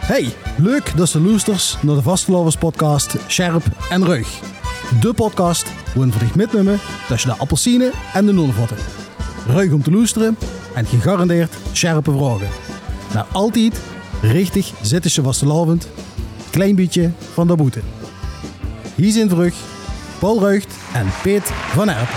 Hey, leuk dat je luistert naar de Vastelovens podcast Scherp en Ruig. De podcast waar we voor dich mitnemen tussen de appelsine en de nonnevotten. Ruig om te luisteren en gegarandeerd scherpe vragen. Maar altijd richtig zittische vastelovend, klein beetje van de boete. Hier zijn terug Paul Ruigt en Piet van Erp.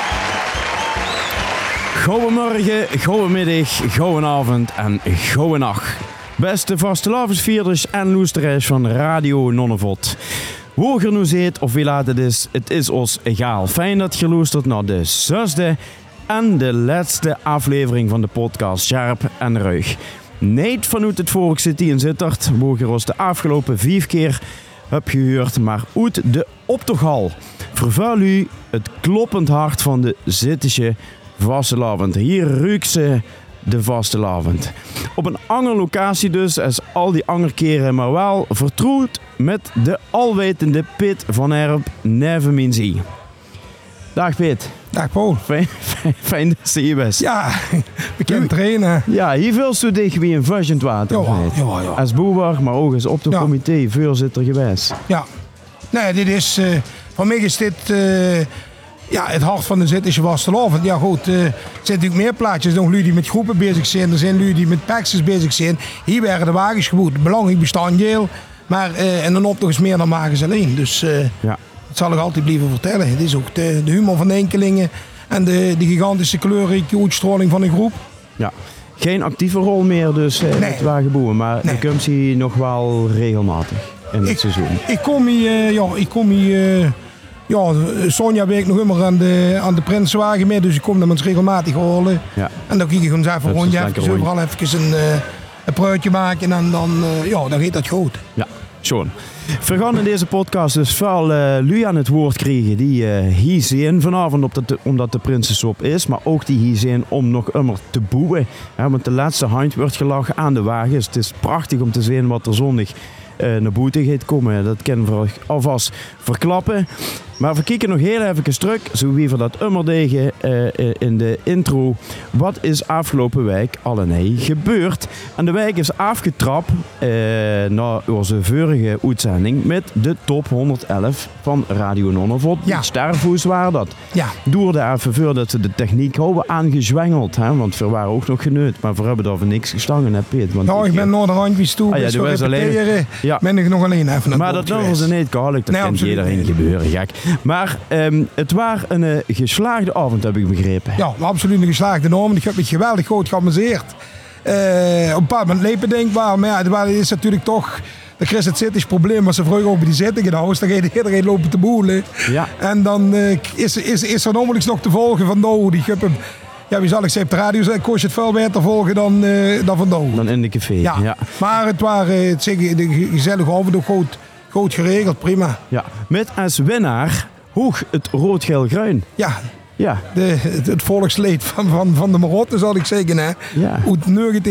Goedemorgen, goedemiddag, goedenavond en goedenacht. Beste vastelavondsvierders en luisteraars van Radio Nonnevot. Hoe je nu zit of wie laat het is ons egaal. Fijn dat je luistert naar de 6e en de laatste aflevering van de podcast Scherp en Ruig. Niet vanuit het vorige City in Sittard, waar je ons de afgelopen 5 keer hebt gehuurd, maar uit de Optochal. Vervuil u het kloppend hart van de Zittische vastelavond. Hier ruikt ze de vastelavond. Op een andere locatie dus, als al die andere keren, maar wel vertrouwd met de alwetende Piet van Erp Nevenminzie. Dag Piet. Dag Paul. Fijn dat je hier bent. Ja, bekend trainen. Ja, hier veel zo dicht wie een vis in het water. Ja. Als boer, maar ook als op de comité, voorzitter geweest. Ja. Nee, dit is, voor mij is dit het hart van de Zittische vastelavond. Ja goed, er zijn natuurlijk meer plaatjes. Er zijn nog lui die met groepen bezig zijn. Er zijn lui die met packs bezig zijn. Hier werden de wagens geboekt. Een belangrijk bestanddeel. Maar en dan op nog eens meer dan wagens alleen. Dus dat zal ik altijd blijven vertellen. Het is ook de humor van de enkelingen. En de gigantische kleurrijke uitstraling van een groep. Ja. Geen actieve rol meer dus met wagenboeren. Maar ik kom ze nog wel regelmatig in het seizoen. Ik kom hier... Sonja werkt nog immer aan de Prinsenwagen mee, dus ik kom dan eens regelmatig halen. Ja. En dan kijk ik gewoon even rondje, even overal even een pruitje maken en dan gaat dat goed. Ja, schoon. We gaan in deze podcast dus veel lui aan het woord krijgen die hier zijn vanavond omdat de Prinsensop is, maar ook die hier zijn om nog immer te boeien. Ja, want de laatste hand wordt gelachen aan de wagens. Het is prachtig om te zien wat er zondag naar buiten gaat komen. Dat kunnen we alvast verklappen. Maar we kijken nog heel even terug, zo wie we dat immer degen in de intro. Wat is afgelopen week allenij gebeurd? En de week is afgetrapt na onze vorige uitzending met de top 111 van Radio Nonnevot. Ja. Sterfhoes waren dat. Ja. Duurde even voordat ze de techniek hebben aangezwengeld. Hè? Want we waren ook nog geneut, maar we hebben daar voor niks gestangen, hè Piet? Want ik ben naar de randjes toe, dus we repeteren. Ja. Ben ik nog alleen even. Maar dat was er niet kalig, dat kan iedereen gebeuren, gek. Maar het was een geslaagde avond, heb ik begrepen. Ja, absoluut een geslaagde avond. Ik heb me geweldig goed geamuseerd. Op een bepaald moment lepen denkbaar. Maar ja, het is natuurlijk toch... Dat is het Zittisch probleem als ze vroeger over die zittingen houden. Dan gaat iedereen lopen te boelen. Ja. En dan is er namelijk nog te volgen van nou, die guppen. Ja, wie zal ik zeggen, op de radio zeggen, kost je het veel beter volgen dan van nou. Dan in de café. Ja. Maar het waren de gezellige avond ook goed geregeld, prima. Ja, met als winnaar hoog het rood-geel-gruin. Ja. Het volksleed van de Marotte, zal ik zeggen. Hè. Ja. Uit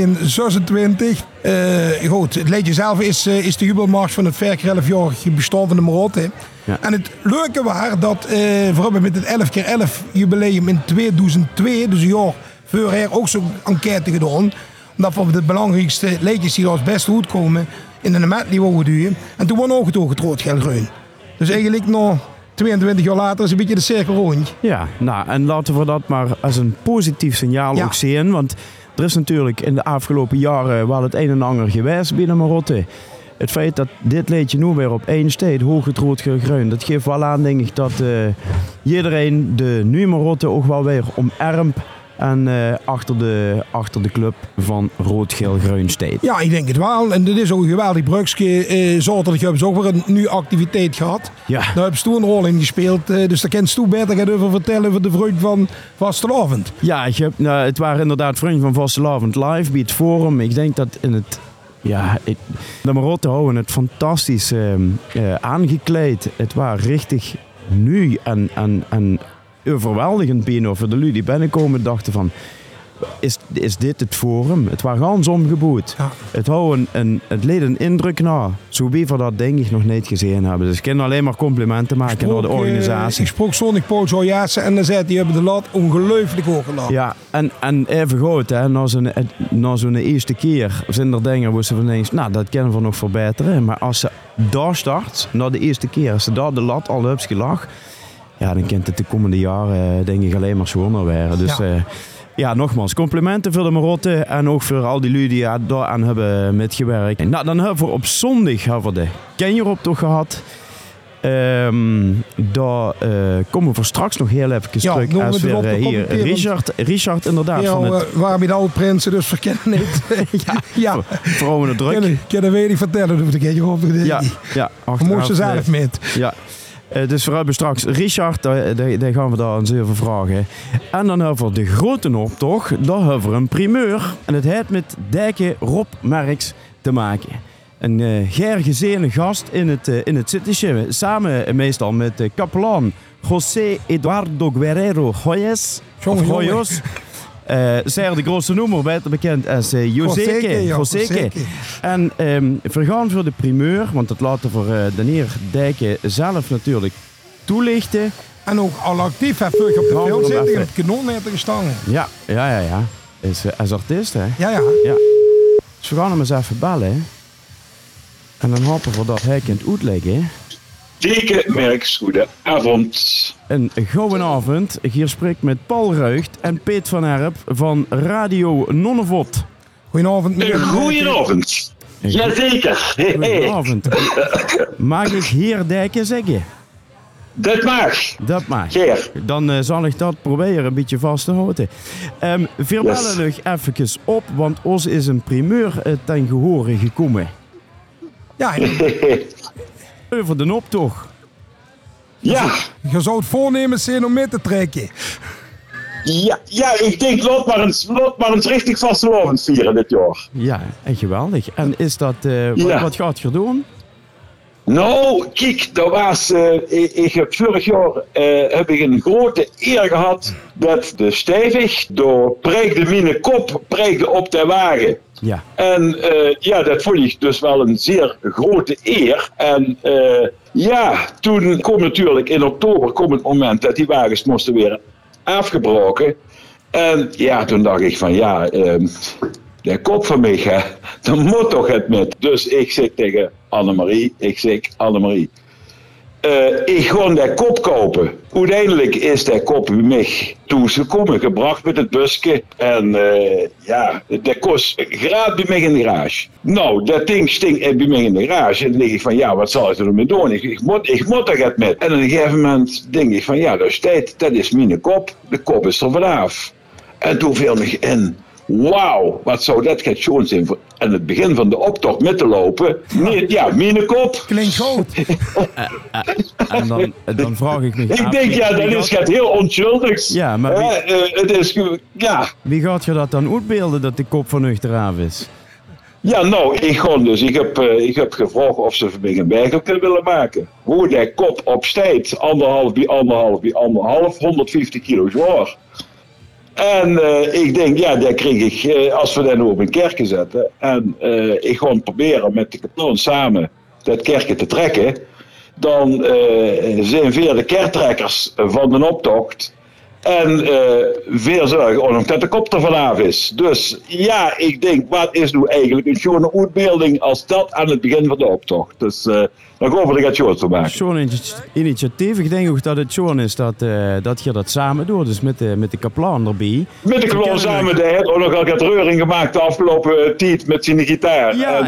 1926. Goed, het leedje zelf is de jubelmars van het 11-jarige bestaan van de Marotte. Ja. En het leuke was dat we hebben met het 11x11 jubileum in 2002, dus een jaar voorher, ook zo'n enquête gedaan. Omdat we de belangrijkste leedjes die er als best goed komen in de medley wouden duwen. En toen was ook het rood-geel-groen. Dus eigenlijk nog 22 jaar later is een beetje de cirkel rond. Ja, nou en laten we dat maar als een positief signaal ook zien. Want er is natuurlijk in de afgelopen jaren wel het een en ander geweest binnen Marotte. Het feit dat dit leedje nu weer op één staat, hoog het rood-geel-groen, dat geeft wel aan, denk ik, dat iedereen de nieuwe Marotte ook wel weer omarmt. En achter de club van rood-geel-groen staat. Ja, ik denk het wel. En dit is ook een geweldig brugje. Zaterdag hebben ze ook weer een nieuwe activiteit gehad. Ja. Daar hebben ze toen een rol in gespeeld. Dus daar kent Stoe beter gaan over vertellen over de vriend van vastelavond. Ja, het waren inderdaad vrienden van vastelavond live bij het forum. Ik denk dat in het... de Marotte houden het fantastisch aangekleed. Het was richtig nu en overweldigend bijna voor de lui die binnenkomen dachten van... is dit het forum. Het was gans omgebouwd. Ja. Het leed een indruk na. Zo wie voor dat denk ik nog niet gezien hebben. Dus ik kan alleen maar complimenten maken naar de organisatie. Ik sprak Sonic Paul zo jassen en dan zei hij, hebben de lat ongelooflijk hoog gedaan. Ja, en even goed, hè, na zo'n eerste keer zijn er dingen waar ze van eens, nou dat kunnen we nog verbeteren. Maar als ze daar start, na de eerste keer, als ze daar de lat al hebt gelag, ja, dan kent het de komende jaren denk ik alleen maar schoner werden. Dus ja, nogmaals, complimenten voor de Marotte en ook voor al die lui die daaraan hebben metgewerkt. Nou, dan hebben we op zondag de Kenjeroptocht gehad. Daar komen we straks nog heel even terug. Als weer hier Richard inderdaad. Ja, van het... waarom je de oude prinsen dus verkennen niet. Ja. Vrouwen de druk. Ik kan dat weet ik vertellen. Dat ik ja. We moesten zelf met. Ja. Dus we hebben straks Richard, daar gaan we daar eens even vragen. En dan hebben we de grote optocht, daar hebben we een primeur. En het heeft met Dijke Rob Merks te maken. Een gezene gast in het citytje. Samen meestal met kapelaan José Eduardo Guerrero Hoyes. Zeer de grootste noemer, beter bekend als Joseke. En we gaan voor de primeur, want dat laten we de heer Dijke zelf natuurlijk toelichten. En ook al actief heeft op de veld zitten en het kanon heeft gestaan. Ja. Als artiest, hè? Ja. Dus we gaan hem eens even bellen. En dan hopen we dat hij kunt uitleggen. Dijke Merks, goedenavond. Een gouden avond. Hier spreekt met Paul Ruigt en Peet van Erp van Radio Nonnevot. Goedenavond. Goedenavond. Jazeker. Goedenavond. Mag ik heer Dijke zeggen? Dat mag. Geer. Dan zal ik dat proberen een beetje vast te houden. We bellen nog even op, want ons is een primeur ten gehore gekomen. Ja. Over de optocht. Ja. Je zou het voornemen zijn om mee te trekken. Ja, ik denk, laat maar eens richtig vastelovend vieren dit jaar. Ja, echt geweldig. En is dat, wat gaat je doen? Nou, kijk, dat was, ik heb vorig jaar heb ik een grote eer gehad dat de stijvig door prijgde mijn kop prijgde op de wagen. Ja. En dat vond ik dus wel een zeer grote eer. En toen kwam natuurlijk in oktober het moment dat die wagens moesten weer afgebroken. En ja, toen dacht ik van de kop van mij, hè, dan moet toch het met. Dus ik zeg tegen Annemarie, ik ga die kop kopen. Uiteindelijk is die kop bij mij toegekomen, gebracht met het busje. En dat kost graad bij mij in de garage. Nou, dat ding stinkt bij mij in de garage. En dan denk ik van, wat zal ik er mee doen? Ik moet er het met. En op een gegeven moment denk ik van, dat is mijn kop. De kop is er vanaf. En toen viel me in. Wauw, wat zou dat gewoon zijn voor aan het begin van de optocht met te lopen. Mijn kop. Klinkt goed. En dan vraag ik me af. Ik denk, dan is het heel onschuldigs. Ja, maar het is, wie gaat je dat dan uitbeelden dat de kop van achteraf is? Ja, nou, ik heb gevraagd of ze voor mij een bijgel kunnen willen maken. Hoe die kop opstijgt, 1,5 bij 1,5 bij 1,5, 150 kilo zwaar. En ik denk, dat kreeg ik, als we dat op een kerkje zetten. En ik ga proberen met de kapelaan samen dat kerkje te trekken. Dan zijn veel de kerktrekkers van de optocht. En veel zorgen ook nog dat de kop er vanaf is. Dus ik denk, wat is nu eigenlijk een schone uitbeelding als dat aan het begin van de optocht. Dus dan hoop ik het schoon te maken. Zo'n initiatief. Ik denk ook dat het schoon is dat je dat samen doet. Dus met de kaplaan erbij. Met de kaplaan samen. Hij heeft ook nog al wat reuring gemaakt de afgelopen tijd met zijn gitaar. Ja,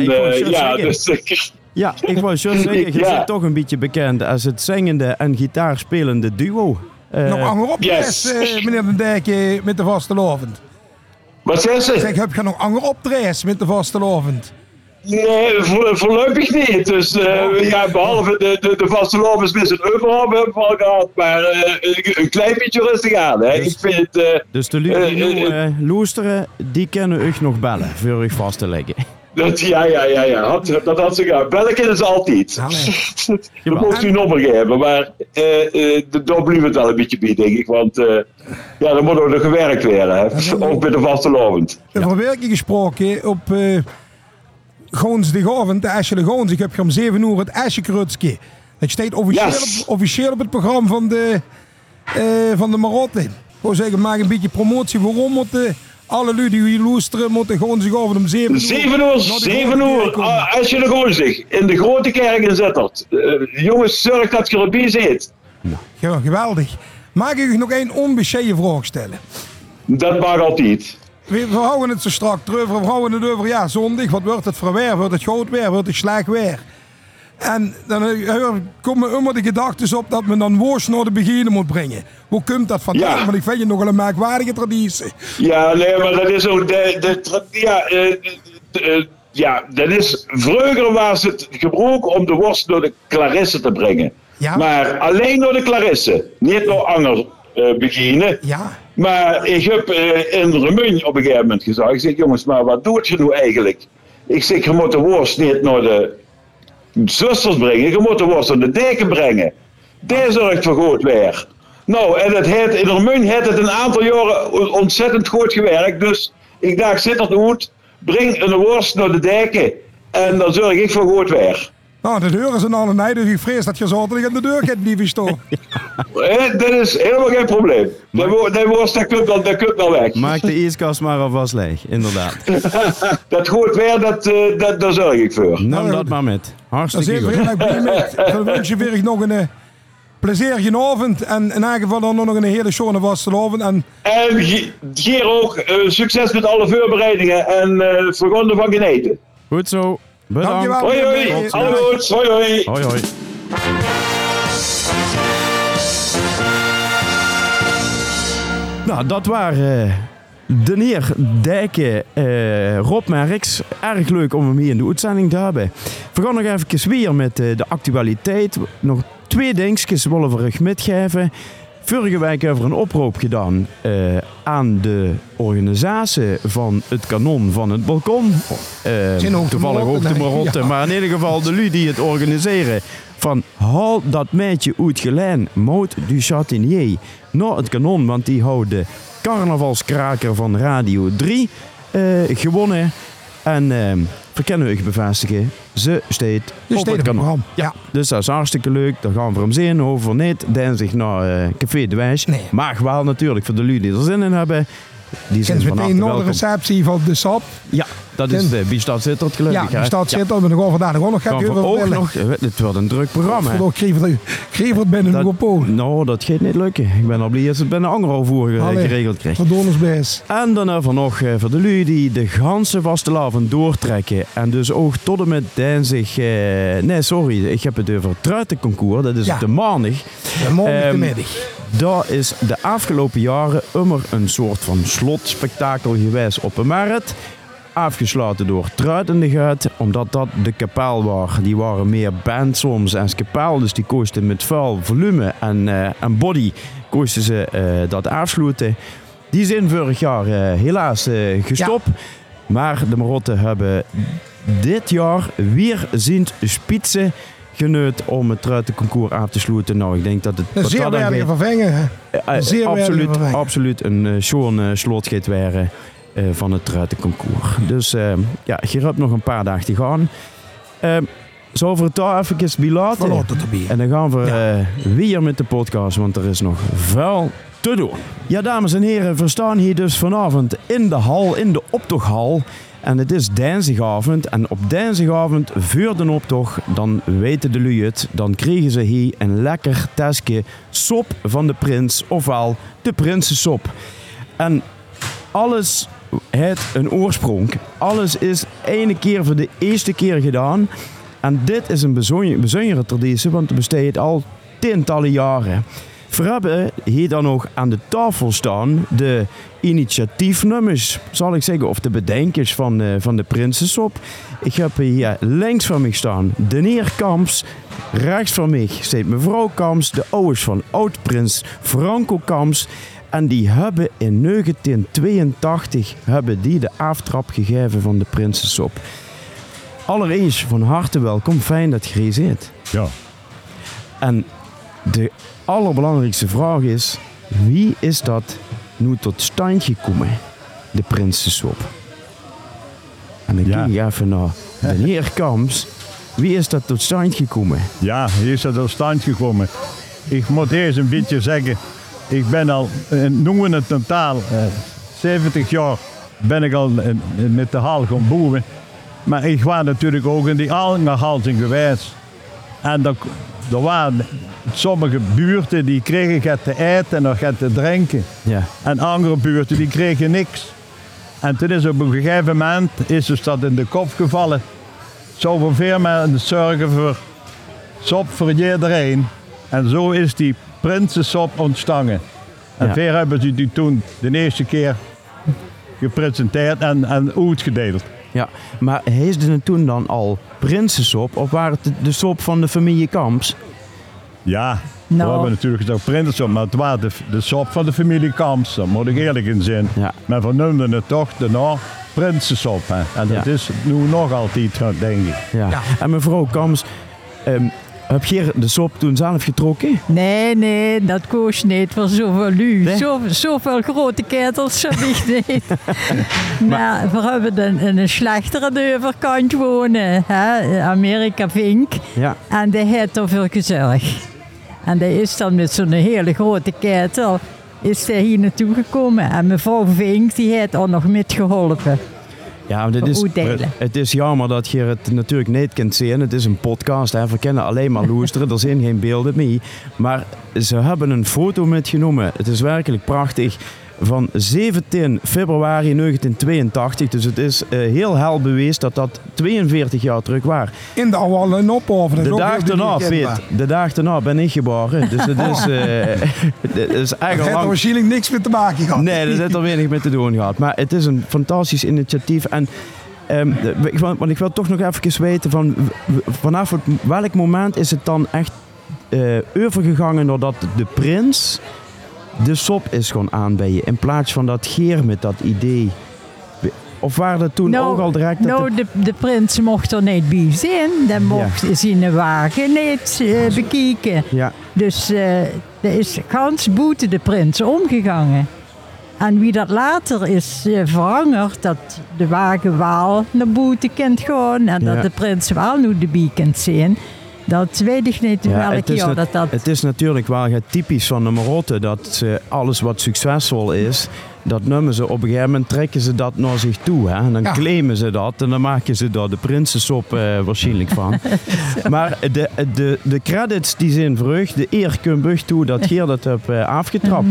ik wou zo zeggen. Je bent toch een beetje bekend als het zingende en gitaarspelende duo. Nog anger op meneer de Dijk, met de vastelovend. Wat zei ze? Zeg, heb je nog anger optredens met de vastelovend? Nee, voorlopig niet. Dus behalve de vastelovens met een overhap hebben we al gehad. Maar een klein beetje rustig aan. Hè. Dus, ik vind, dus de lui die loesteren, die kunnen u nog bellen voor u vast te leggen. Dat had ze gedaan. Bellen kunnen ze altijd. Dat mocht u nog geven, maar daar blijft het wel een beetje bij, denk ik. Want dan moet er gewerkt worden, ook met de vastelovend. Over werking gesproken, op Goonsdagavond, de Esje de Goons. Ik heb hier om 7 uur het Esje-krutske. Dat staat officieel op het programma van de Marotte. Ik wil zeggen, maak een beetje promotie. Waarom moeten alle lui die hier luisteren, moeten gewoon zich over om 7 uur... 7 uur, als je er gewoon zich in de grote kerk in Zettert. Jongens, zorg dat je erbij zit. Ja, geweldig. Mag ik u nog één onbescheiden vraag stellen? Dat mag altijd. We houden het zo strak terug, we houden het over zondag. Wat wordt het voor weer? Wordt het groot weer? Wordt het slecht weer? En dan komen immer de gedachten op dat men dan worst naar de beginnen moet brengen. Hoe komt dat vandaan? Want ik vind je nogal een merkwaardige traditie. Ja, nee, maar dat is ook dat is vroeger was het gebruik om de worst door de Clarisse te brengen. Ja. Maar alleen door de Clarisse, niet door andere beginnen. Ja. Maar ik heb in Remun op een gegeven moment gezegd, ik zeg jongens, maar wat doet je nu eigenlijk? Ik zeg, je moet de worst niet naar de zusters brengen, je moet de worst aan de deken brengen. Die zorgt voor goed weer. Nou, en in Remun heeft het een aantal jaren ontzettend goed gewerkt, dus ik dacht, zit er goed, breng een worst naar de deken en dan zorg ik voor goed weer. Nou, de deur is een andere nee, dus ik vrees dat je zaterdag aan de deur gaat blijven staan. Dat is helemaal geen probleem. Die worst, dat kunt wel weg. Maak de ijskast maar alvast leeg, inderdaad. Dat goed weer, daar zorg ik voor. Neem dat maar met. Hartstikke goed. Dan wens je weer nog een plezierige avond. En in elk geval dan nog een hele schone vastelavond. En hier ook succes met alle voorbereidingen en vergonden van geneten. Goed zo. Bedankt. Dankjewel. Hoi hoi. Alles goed. Hoi hoi. Hoi hoi. Nou, dat waren de heer Dijken, Rob Merks. Erg leuk om hem hier in de uitzending te hebben. We gaan nog even weer met de actualiteit. Nog 2 dingetjes willen we terug metgeven. Vorige week hebben we een oproep gedaan aan de organisatie van het kanon van het balkon. Toevallig ook de Marotte, maar in ieder geval de lui die het organiseren. Van haal dat meisje uit Gelijn, Maud du Chatinier, naar het kanon, want die houdt de carnavalskraker van Radio 3 gewonnen. En we kunnen u bevestigen, ze steekt op het kanon. Ja. Dus dat is hartstikke leuk. Daar gaan we hem zien. Over niet dinsdag naar Café de Wijs. Nee. Maar wel natuurlijk voor de lui die er zin in hebben. Die zijn meteen naar de receptie van de SAP. Ja, dat is de Biestad Zittert gelukkig. Ja, Biestad Zittert, maar dan gaan we daar nog het wordt een druk programma. Kreeg het binnen de Gopool. Nou, dat gaat niet lukken. Ik ben al blij dat het binnen Angerovoer geregeld krijgt. Voor Donnersbees. En dan hebben we nog voor de lui die de ganse vastelavond doortrekken. En dus ook tot en met dinsdag... ik heb het over het truitenconcours. Dat is op de maandag. De maandagmiddag. Dat is de afgelopen jaren immer een soort van slotspektakel geweest op een markt. Afgesloten door Truitendeguit, omdat dat de kapel was. Die waren meer band soms en kapel, dus die kosten met vuil volume en body kosten ze dat afsluiten. Die zijn vorig jaar helaas gestopt. Ja. Maar de Marotten hebben dit jaar weer zien spitsen geneut om het truitenconcours af te sluiten. Nou, ik denk dat het... Zeer waardige vervanging. Absoluut een schoon slot gaat werden van het truitenconcours. Dus je hebt nog een paar dagen te gaan. Zullen we het daar even bij laten? En dan gaan we weer met de podcast, want er is nog veel te doen. Ja, dames en heren, we staan hier dus vanavond in de hal, in de optochthal. En het is dinsdagavond. En op dinsdagavond, voor de optocht, dan weten de lui het. Dan kregen ze hier een lekker tasje sop van de prins. Ofwel de prinsensop. En alles heeft een oorsprong. Alles is ene keer voor de eerste keer gedaan. En dit is een bijzondere traditie, want het bestaat al tientallen jaren. We hebben hier dan ook aan de tafel staan de initiatiefnummers, zal ik zeggen, of de bedenkers van de prinsensop. Ik heb hier links van mij staan de heer Kamps. Rechts van mij staat mevrouw Kamps, de ouders van oud-prins Franco Kamps. En die hebben in 1982 de aftrap gegeven van de prinsensop. allereerst van harte welkom. Fijn dat je hier zit. Ja. En de allerbelangrijkste vraag is, wie is dat nu tot stand gekomen? De Prinsensop. En dan ging je even naar de heer Kamps. Wie is dat tot stand gekomen? Ja, hier is dat tot stand gekomen. Ik moet eerst een beetje zeggen, ik ben al, noemen het totaal, 70 jaar ben ik al met de hal gaan boeren. Maar ik was natuurlijk ook in die Algenhalzing geweest. En er waren sommige buurten die kregen het te eten en nog het te drinken. Ja. En andere buurten die kregen niks. En toen is op een gegeven moment is dus dat in de kop gevallen. Zoveel firmen zorgen voor sop voor iedereen. En zo is die Prinsensop ontstaan. En veel hebben ze die toen de eerste keer gepresenteerd en uitgedeeld. Ja, maar heette het toen dan al Prinsensop of waren het de sop van de familie Kamps? Ja, we hebben natuurlijk gezegd Prinsensop, maar het was de sop van de familie Kamps. Daar moet ik eerlijk in zijn. Ja. Maar we noemden het toch daarna Prinsensop. Hè. En dat is nu nog altijd, denk ik. Ja. En mevrouw Kamps, heb je de sop toen zelf getrokken? Nee, dat koos niet. Het was zoveel lu. Nee? Zoveel grote ketels heb ik niet. Maar we hebben een slechter aan de overkant wonen. Hè? Amerika Vink. Ja. En die heeft ervoor gezorgd. En die is dan met zo'n hele grote ketel is hij hier naartoe gekomen. En mevrouw Vink die heeft ook nog metgeholpen. Ja, het is jammer dat je het natuurlijk niet kunt zien. Het is een podcast, hè. We kennen alleen maar luisteren, er zijn geen beelden mee. Maar ze hebben een foto metgenomen. Het is werkelijk prachtig. Van 17 februari 1982. Dus het is heel hel bewezen dat 42 jaar terug was. In de oude ophoven. De dag daarna ben ik geboren. Dus het is eigenlijk heeft er waarschijnlijk niks mee te maken gehad. Nee, dat heeft er weinig mee te doen gehad. Maar het is een fantastisch initiatief. En want ik wil toch nog even weten vanaf welk moment is het dan echt overgegangen doordat de prins de sop is gewoon aanbieden in plaats van dat Geer met dat idee. Of waren er toen ook al direct... De prins mocht er niet bij zijn. Die mocht zijn wagen niet bekijken. Ja. Dus er is gans boete de prins omgegangen. En wie dat later is veranderd, dat de wagen wel naar boete kent gaan en dat de prins wel nu de bij kent zijn. Dat weet ik niet welk jaar dat... Het is natuurlijk wel typisch van de Marotte dat ze alles wat succesvol is, dat noemen ze op een gegeven moment, trekken ze dat naar zich toe. Hè? En dan claimen ze dat en dan maken ze daar de Prinsensop waarschijnlijk van. Maar de credits die zijn vreugd, de eer komt toe dat Geer dat heb afgetrapt.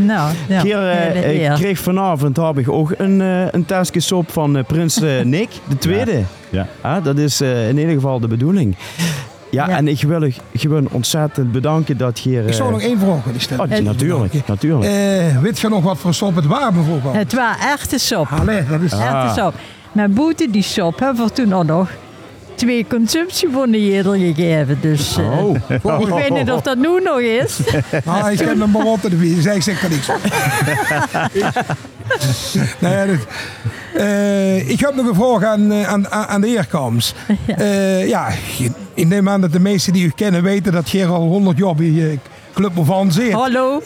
Geer kreeg vanavond heb ik ook een tasje sop van Prins Nick, de tweede. Ja. Dat is in ieder geval de bedoeling. Ja, en ik wil je ontzettend bedanken dat je... Ik zou nog één vraag willen stellen. Natuurlijk. Weet je nog wat voor sop het was bijvoorbeeld? Het was echte sop. Dat is echte sop. Maar boete die sop hebben we toen ook nog 2 consumptiebonnen eerder gegeven. Dus ik weet niet of dat nu nog is. Ik heb een Marotte erbij, dus ik zeg er niks op. Ik heb nog een vraag aan de heer Kamps. Ik neem aan dat de meesten die u kennen weten dat Geer al 100 jaar bij Club Van zit. Hallo.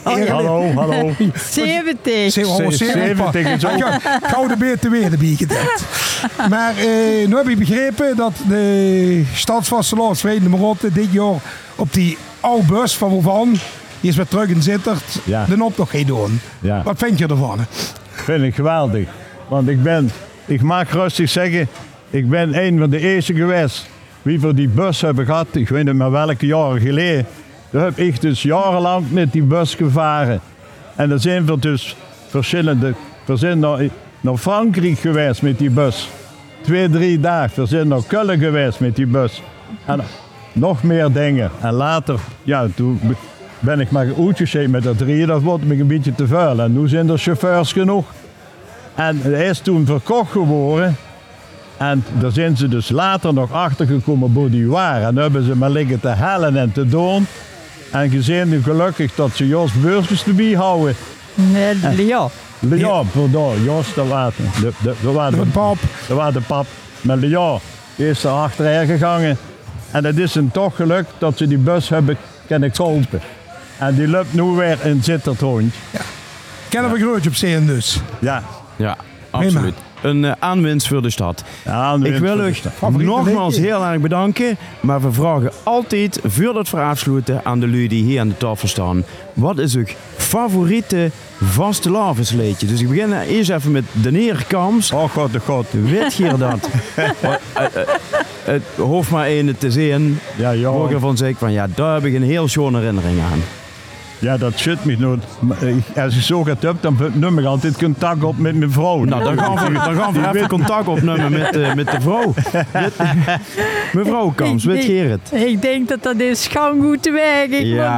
70. 70 is ook. Gouden BTW erbij gedekt. Maar nu heb ik begrepen dat de Stadsvastelavondsvereniging de Marotte dit jaar op die oude bus van Van, die is weer terug in Zittert, de optocht gaat doen. Ja. Wat vind je ervan? Vind ik geweldig. Want ik mag rustig zeggen, ik ben een van de eerste geweest wie voor die bus hebben gehad. Ik weet niet meer welke jaren geleden. Daar heb ik dus jarenlang met die bus gevaren. En dan zijn we dus verschillende... We zijn naar Frankrijk geweest met die bus. 2-3 dagen. We zijn naar Keulen geweest met die bus. En nog meer dingen. En later, toen ben ik maar uitgezeten met dat rijden. Dat wordt me een beetje te vuil. En nu zijn er chauffeurs genoeg. En hij is toen verkocht geworden. En daar zijn ze dus later nog achtergekomen waar die waren. En dan hebben ze maar liggen te hellen en te doen. En gezien nu gelukkig dat ze Jos Beursjes erbij houden. Nee, Leon. Leon, pardon. Jos, dat was de pap. Dat was de pap. Maar Leon, Die is er achterher gegangen. En het is hem toch gelukt dat ze die bus hebben kunnen kopen. En die loopt nu weer in Zittertoontje. Ja. Kennen we grootje op zee dus. Ja. Ja, absoluut. Een aanwinst voor de stad. Ik wil u nogmaals heel erg bedanken. Maar we vragen altijd, voordat we afsluiten aan de lui die hier aan de tafel staan. Wat is uw favoriete vastelavondsliedje? Dus ik begin eerst even met de heer Kams. Oh god, Weet je dat? Het hoeft maar één te zien. Ja, Roger van Zeek van ja, daar heb ik een heel schone herinnering aan. Ja, dat zit me nooit. Als je zo gaat hebt, dan neem ik altijd contact op met mijn vrouw. Nou, dan gaan we even contact opnemen met de vrouw. Mevrouw Kams, weet je het? Ik denk dat is Ganggoed de Weg.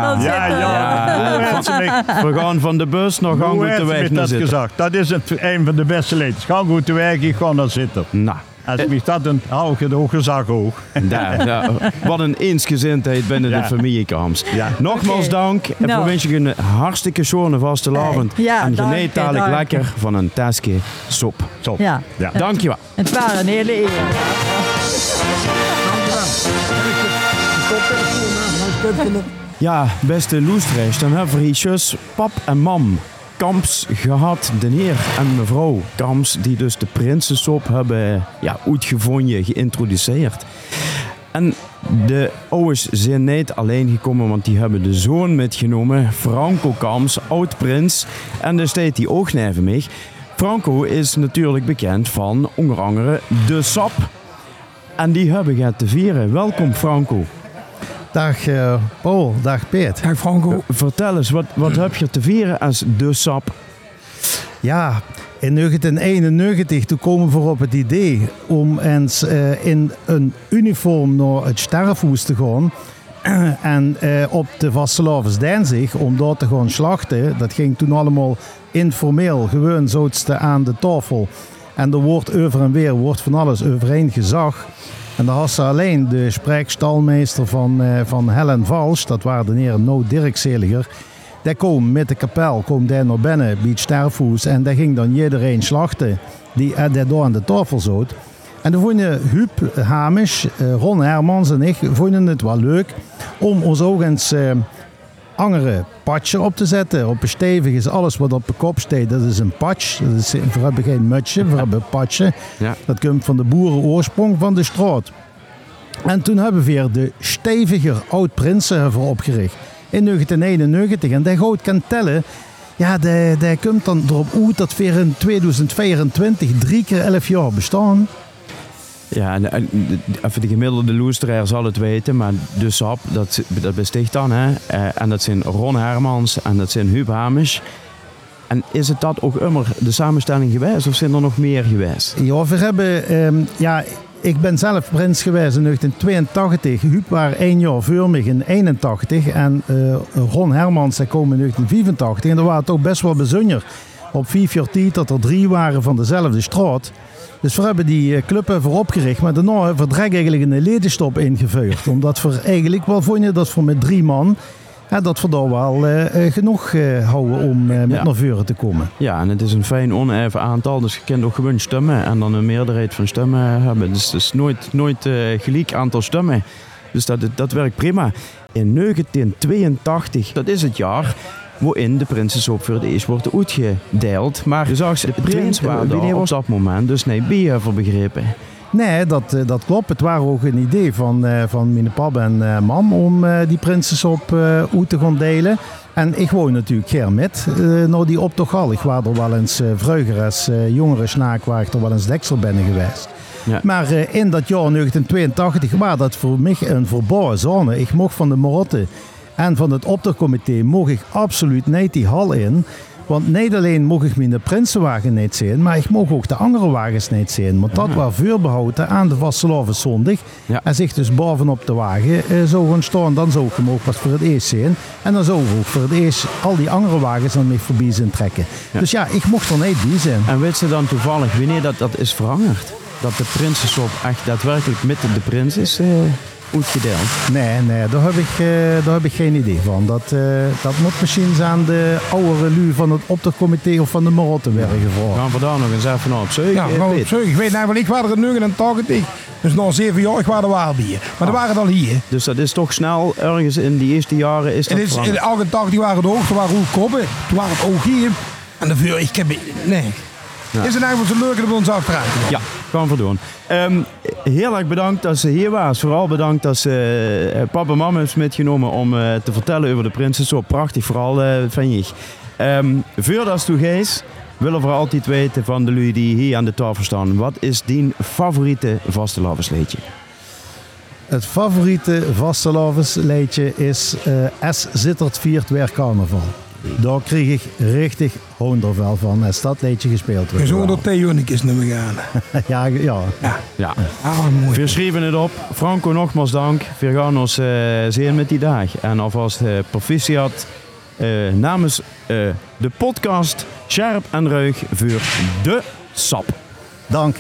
We gaan van de bus naar Ganggoed de Weg naar zitten. Gezegd. Dat is een van de beste liedjes. Ganggoed de Weg, ik ga naar zitten. Nou. Als ik dat een hoge zak hoog. Wat een eensgezindheid binnen de familie Kams. Ja. Nogmaals dank. En we wensen je een hartstikke schone vastelavond. En geniet dadelijk lekker van een tasje soep. Ja. Dankjewel. Het waren een hele eer. Ja, beste loesterers, dan hebben we hier pap en mam Kams gehad, de heer en mevrouw Kams, die dus de prinsensop hebben uitgevonden, geïntroduceerd. En de ouders zijn niet alleen gekomen, want die hebben de zoon metgenomen, Franco Kams, oud-prins. En daar staat hij ook neven mij. Franco is natuurlijk bekend van onder andere de sap. En die hebben gaat te vieren. Welkom Franco. Dag Paul, dag Peet. Dag Franco. Vertel eens, wat heb je te vieren als de sap? Ja, in 1991 toen komen we op het idee om eens in een uniform naar het Sterfhuis te gaan. En op de Vastelavondsdinsdag om daar te gaan slachten. Dat ging toen allemaal informeel, gewoon zoetste aan de tafel. En er wordt over en weer van alles overheen gezag. En daar had ze alleen de spreekstalmeester van Helen Vals, dat waren de heren No Dirk Zeliger. Die kwam met de kapel, kwam daar naar binnen bij het Sterfhuis en daar ging dan iedereen slachten die daar aan de tafel zat. En dan vonden Huub Hamisch, Ron Hermans en ik vonden het wel leuk om ons ook eens andere patje op te zetten. Op een stevig is alles wat op de kop staat, dat is een patch. We hebben geen mutsje, we hebben een patje. Ja. Dat komt van de boerenoorsprong van de straat. En toen hebben we weer de steviger oud-prinsen opgericht. In 1991. En die goed kan tellen. Ja, die komt dan erop uit dat we in 2024 3 keer 11 jaar bestaan. Ja, en even de gemiddelde loesteraar zal het weten, maar de sap, dat besticht dan. Hè? En dat zijn Ron Hermans en dat zijn Huub Hamisch. En is het dat ook immer de samenstelling geweest of zijn er nog meer geweest? Ja, we hebben... ik ben zelf prins geweest in 1982. Huub was 1 jaar voor mij in 1981. En Ron Hermans kwam in 1985. En dat was toch best wel bijzonder. Op 5 jaar tijd dat er 3 waren van dezelfde straat. Dus we hebben die club even opgericht. Maar daarna hebben we eigenlijk een ledenstop ingevuurd. Omdat we eigenlijk wel vonden dat we met 3 man... dat we daar wel genoeg houden om met naar voren te komen. Ja, en het is een fijn oneven aantal. Dus je kunt ook gewoon stemmen en dan een meerderheid van stemmen hebben. Dus het is nooit gelijk aantal stemmen. Dus dat werkt prima. In 1982, dat is het jaar... waarin de prinsensop voor het eerst wordt uitgedeeld. Maar je zag, de prins waren daar op dat moment dus nee, bijheuvel begrepen. Nee, dat klopt. Het was ook een idee van mijn pap en mam om die prinsensop uit te gaan delen. En ik woon natuurlijk geen met naar die optocht al. Ik was er wel eens vroeger als jongere snaak waar ik er wel eens deksel ben geweest. Ja. Maar in dat jaar 1982 was dat voor mij een verborgen zone. Ik mocht van de Marotte en van het optochtcomité mocht ik absoluut niet die hal in. Want niet alleen mocht ik mijn prinsenwagen niet zien, maar ik mocht ook de andere wagens niet zien. Want dat was voorbehouden aan de Vastelavondzondag. Ja. En zich dus bovenop de wagen zou gaan staan. Dan zou ik hem ook pas voor het eerst zien. En dan zou ik ook voor het eerst al die andere wagens aan mij voorbij zijn trekken. Ja. Dus ja, ik mocht er niet bij zijn. En weet ze dan toevallig wanneer dat is veranderd? Dat de prinsensop echt daadwerkelijk met de prins is uitgedeeld? Nee, daar heb ik geen idee van. Dat moet misschien aan de oudere lui van het optochtcomité of van de Marotte werden gevraagd. Gaan we daar nog eens even op zoeken? Ja, gaan we op zoeken. Ik weet namelijk, ik was er in 89 Dus na 7 jaar waren er wel bier. Maar er waren al hier. Dus dat is toch snel, ergens in die eerste jaren is dat in de 88 waren het ook, toen waren ook koppen. Toen waren het ook hier. En de vuur, nee. Ja. Is het eigenlijk zo leuk dat we ons achteruit gaan? Ja, gaan we doen. Heel erg bedankt dat ze hier was. Vooral bedankt dat ze papa en mama heeft metgenomen om te vertellen over de Prinsen. Zo prachtig, vooral van je. Voordat toe Gijs, willen we altijd weten van de lui die hier aan de tafel staan. Wat is die favoriete vastelavondsliedje? Het favoriete vastelavondsliedje is S. Zittert viert weer carnaval. Daar kreeg ik richtig hondervel van als dat liedje gespeeld werd. Je zou door Theonicus nummer gaan. Ja. We schrijven het op. Franco, nogmaals dank. We gaan ons zien met die dag. En alvast proficiat namens de podcast Scherp en Ruig voor de sap. Dank.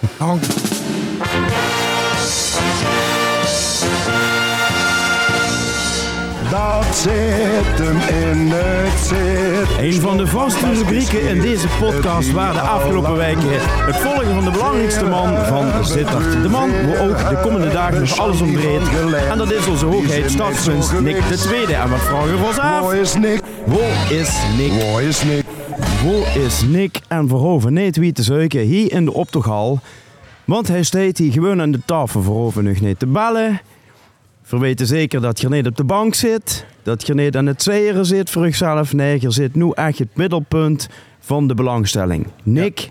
Dat zit hem in het zit. Een van de vaste rubrieken in deze podcast waren de afgelopen weken het volgen van de belangrijkste man van Zittert. De man waar ook de komende dagen nog alles om draait. En dat is onze hoogheid staatsprins Nick II. En wat vragen we ons af? Waar is Nick? Waar is Nick? Waar is Nick? Waar is Nick? En voor hoeven niet wie te zoeken hier in de optochal. Want hij staat hier gewoon aan de tafel voor hoeven nog niet te bellen. We weten zeker dat je niet op de bank zit, dat je niet aan het zweren zit voor jezelf. Nee, je zit nu echt het middelpunt van de belangstelling. Nick,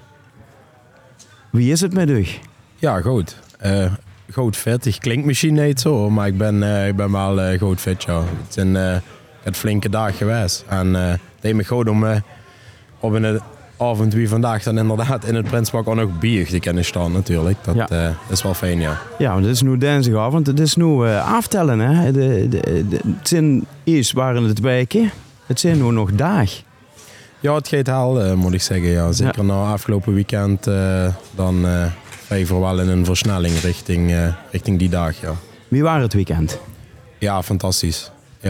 wie is het met u? Ja, goed. Goed vet. Ik klinkt misschien niet zo, maar ik ben wel goed vet, ja. Het is een flinke dag geweest. En het deed me goed om op een avond wie vandaag dan inderdaad in het Prinspark ook nog bier te kunnen staan natuurlijk. Dat is wel fijn, ja. Ja, want het is nu dinsdagavond. Het is nu aftellen, hè. Het zijn eerst waren het weken. Het zijn nu nog dagen. Ja, het gaat heel, moet ik zeggen. Ja. Zeker na afgelopen weekend dan ga je wel in een versnelling richting die dag, ja. Wie waren het weekend? Ja, fantastisch.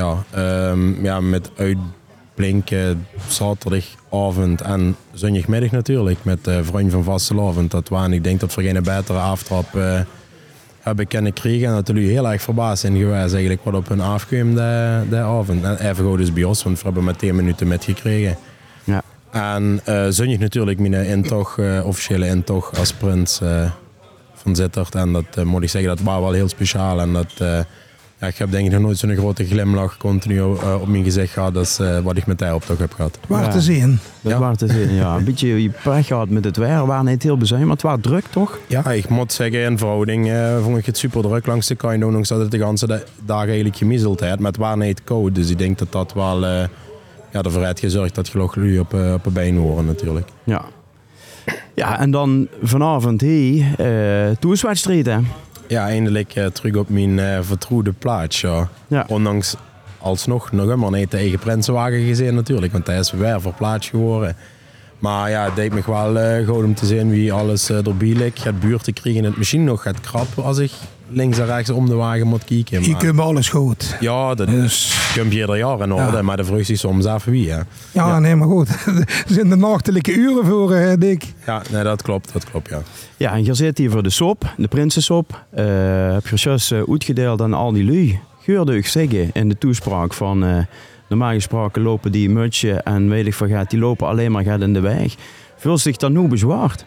Ja, met uitblinken zaterdagavond en zondagmiddag natuurlijk met Vrienden van Vastelavond. Dat waren, ik denk dat we geen betere aftrap hebben kunnen krijgen. En dat jullie heel erg verbaasd zijn geweest eigenlijk wat op hun afkwam de avond. En even goed is bij ons, want we hebben maar 10 minuten metgekregen. Ja. En zondag natuurlijk mijn officiële intocht als prins van Zittert. En dat moet ik zeggen, dat was wel heel speciaal. En dat... ik heb denk ik nog nooit zo'n grote glimlach continu op mijn gezicht gehad als wat ik met hij op toch heb gehad. Waar te zien. Dat waar te zien, ja. Een beetje je pech gehad met het weer. We waren niet heel bezuin, maar het was druk, toch? Ja, ik moet zeggen, in verhouding vond ik het super druk langs de kant. Ondanks dat het de hele dag eigenlijk gemiezeld heeft. Maar het was niet koud, dus ik denk dat dat wel ervoor heeft gezorgd dat jullie op een been horen natuurlijk. Ja. Ja, en dan vanavond hier, toerswedstrijd, hè? Ja, eindelijk terug op mijn vertrouwde plaats. Ja. Ja. Ondanks alsnog nog helemaal niet de eigen prinsenwagen gezien natuurlijk. Want hij is weer verplaatst geworden. Maar ja, het deed me wel goed om te zien wie alles erbij ligt. Gaat buurt te krijgen het misschien nog gaat krappen als ik links en rechts om de wagen moet kijken. Maar... Je kunt alles goed. Ja, dat kun je ieder jaar in orde. Maar de vraag is soms af wie. Hè. Ja, nee, maar goed. Er zijn de nachtelijke uren voor, Dick. Ja, nee, dat klopt, ja. Ja, en je zit hier voor de sop, de Prinsensop. Heb je juist uitgedeeld aan al die lui. Geurde ik zeggen in de toespraak van... normaal gesproken lopen die mutje en weet ik van gaat, die lopen alleen maar gaat in de weg. Voelt zich dat nu bezwaard?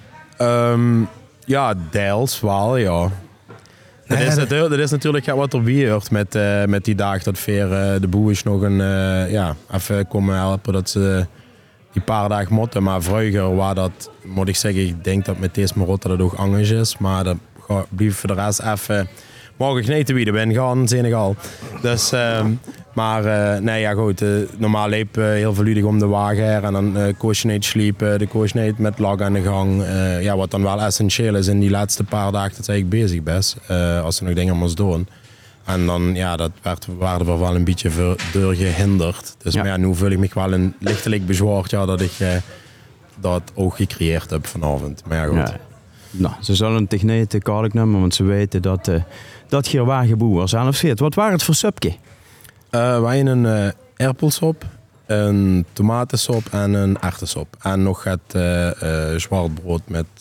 Ja, deels wel, ja. Dat is natuurlijk wat erbij hoort met die dag dat Veer de boers nog even komen helpen dat ze die paar dagen moeten. Maar vroeger was dat, moet ik zeggen, ik denk dat met deze Marotte dat ook anders is. Maar dat blijft voor de rest even... Mag ik niet te wie ben gaan, Senegal. Dus, nee, ja goed. Normaal liep heel volledig om de wagen her. En dan koos je niet sliepen, de koos niet met lag aan de gang. Wat dan wel essentieel is in die laatste paar dagen dat ik bezig ben. Als ze nog dingen moest doen. En dan, ja, dat waren we wel een beetje door gehinderd. Dus ja. Maar ja, nu voel ik me wel een lichtelijk bezwaard dat ik dat ook gecreëerd heb vanavond. Maar ja, goed. Ja. Nou, ze zullen het niet te kwalijk nemen, want ze weten dat hier wagenboer was. Wat waren het voor supje? Wij een erpelsop, een tomatensop en een erwtensop. En nog het zwart brood met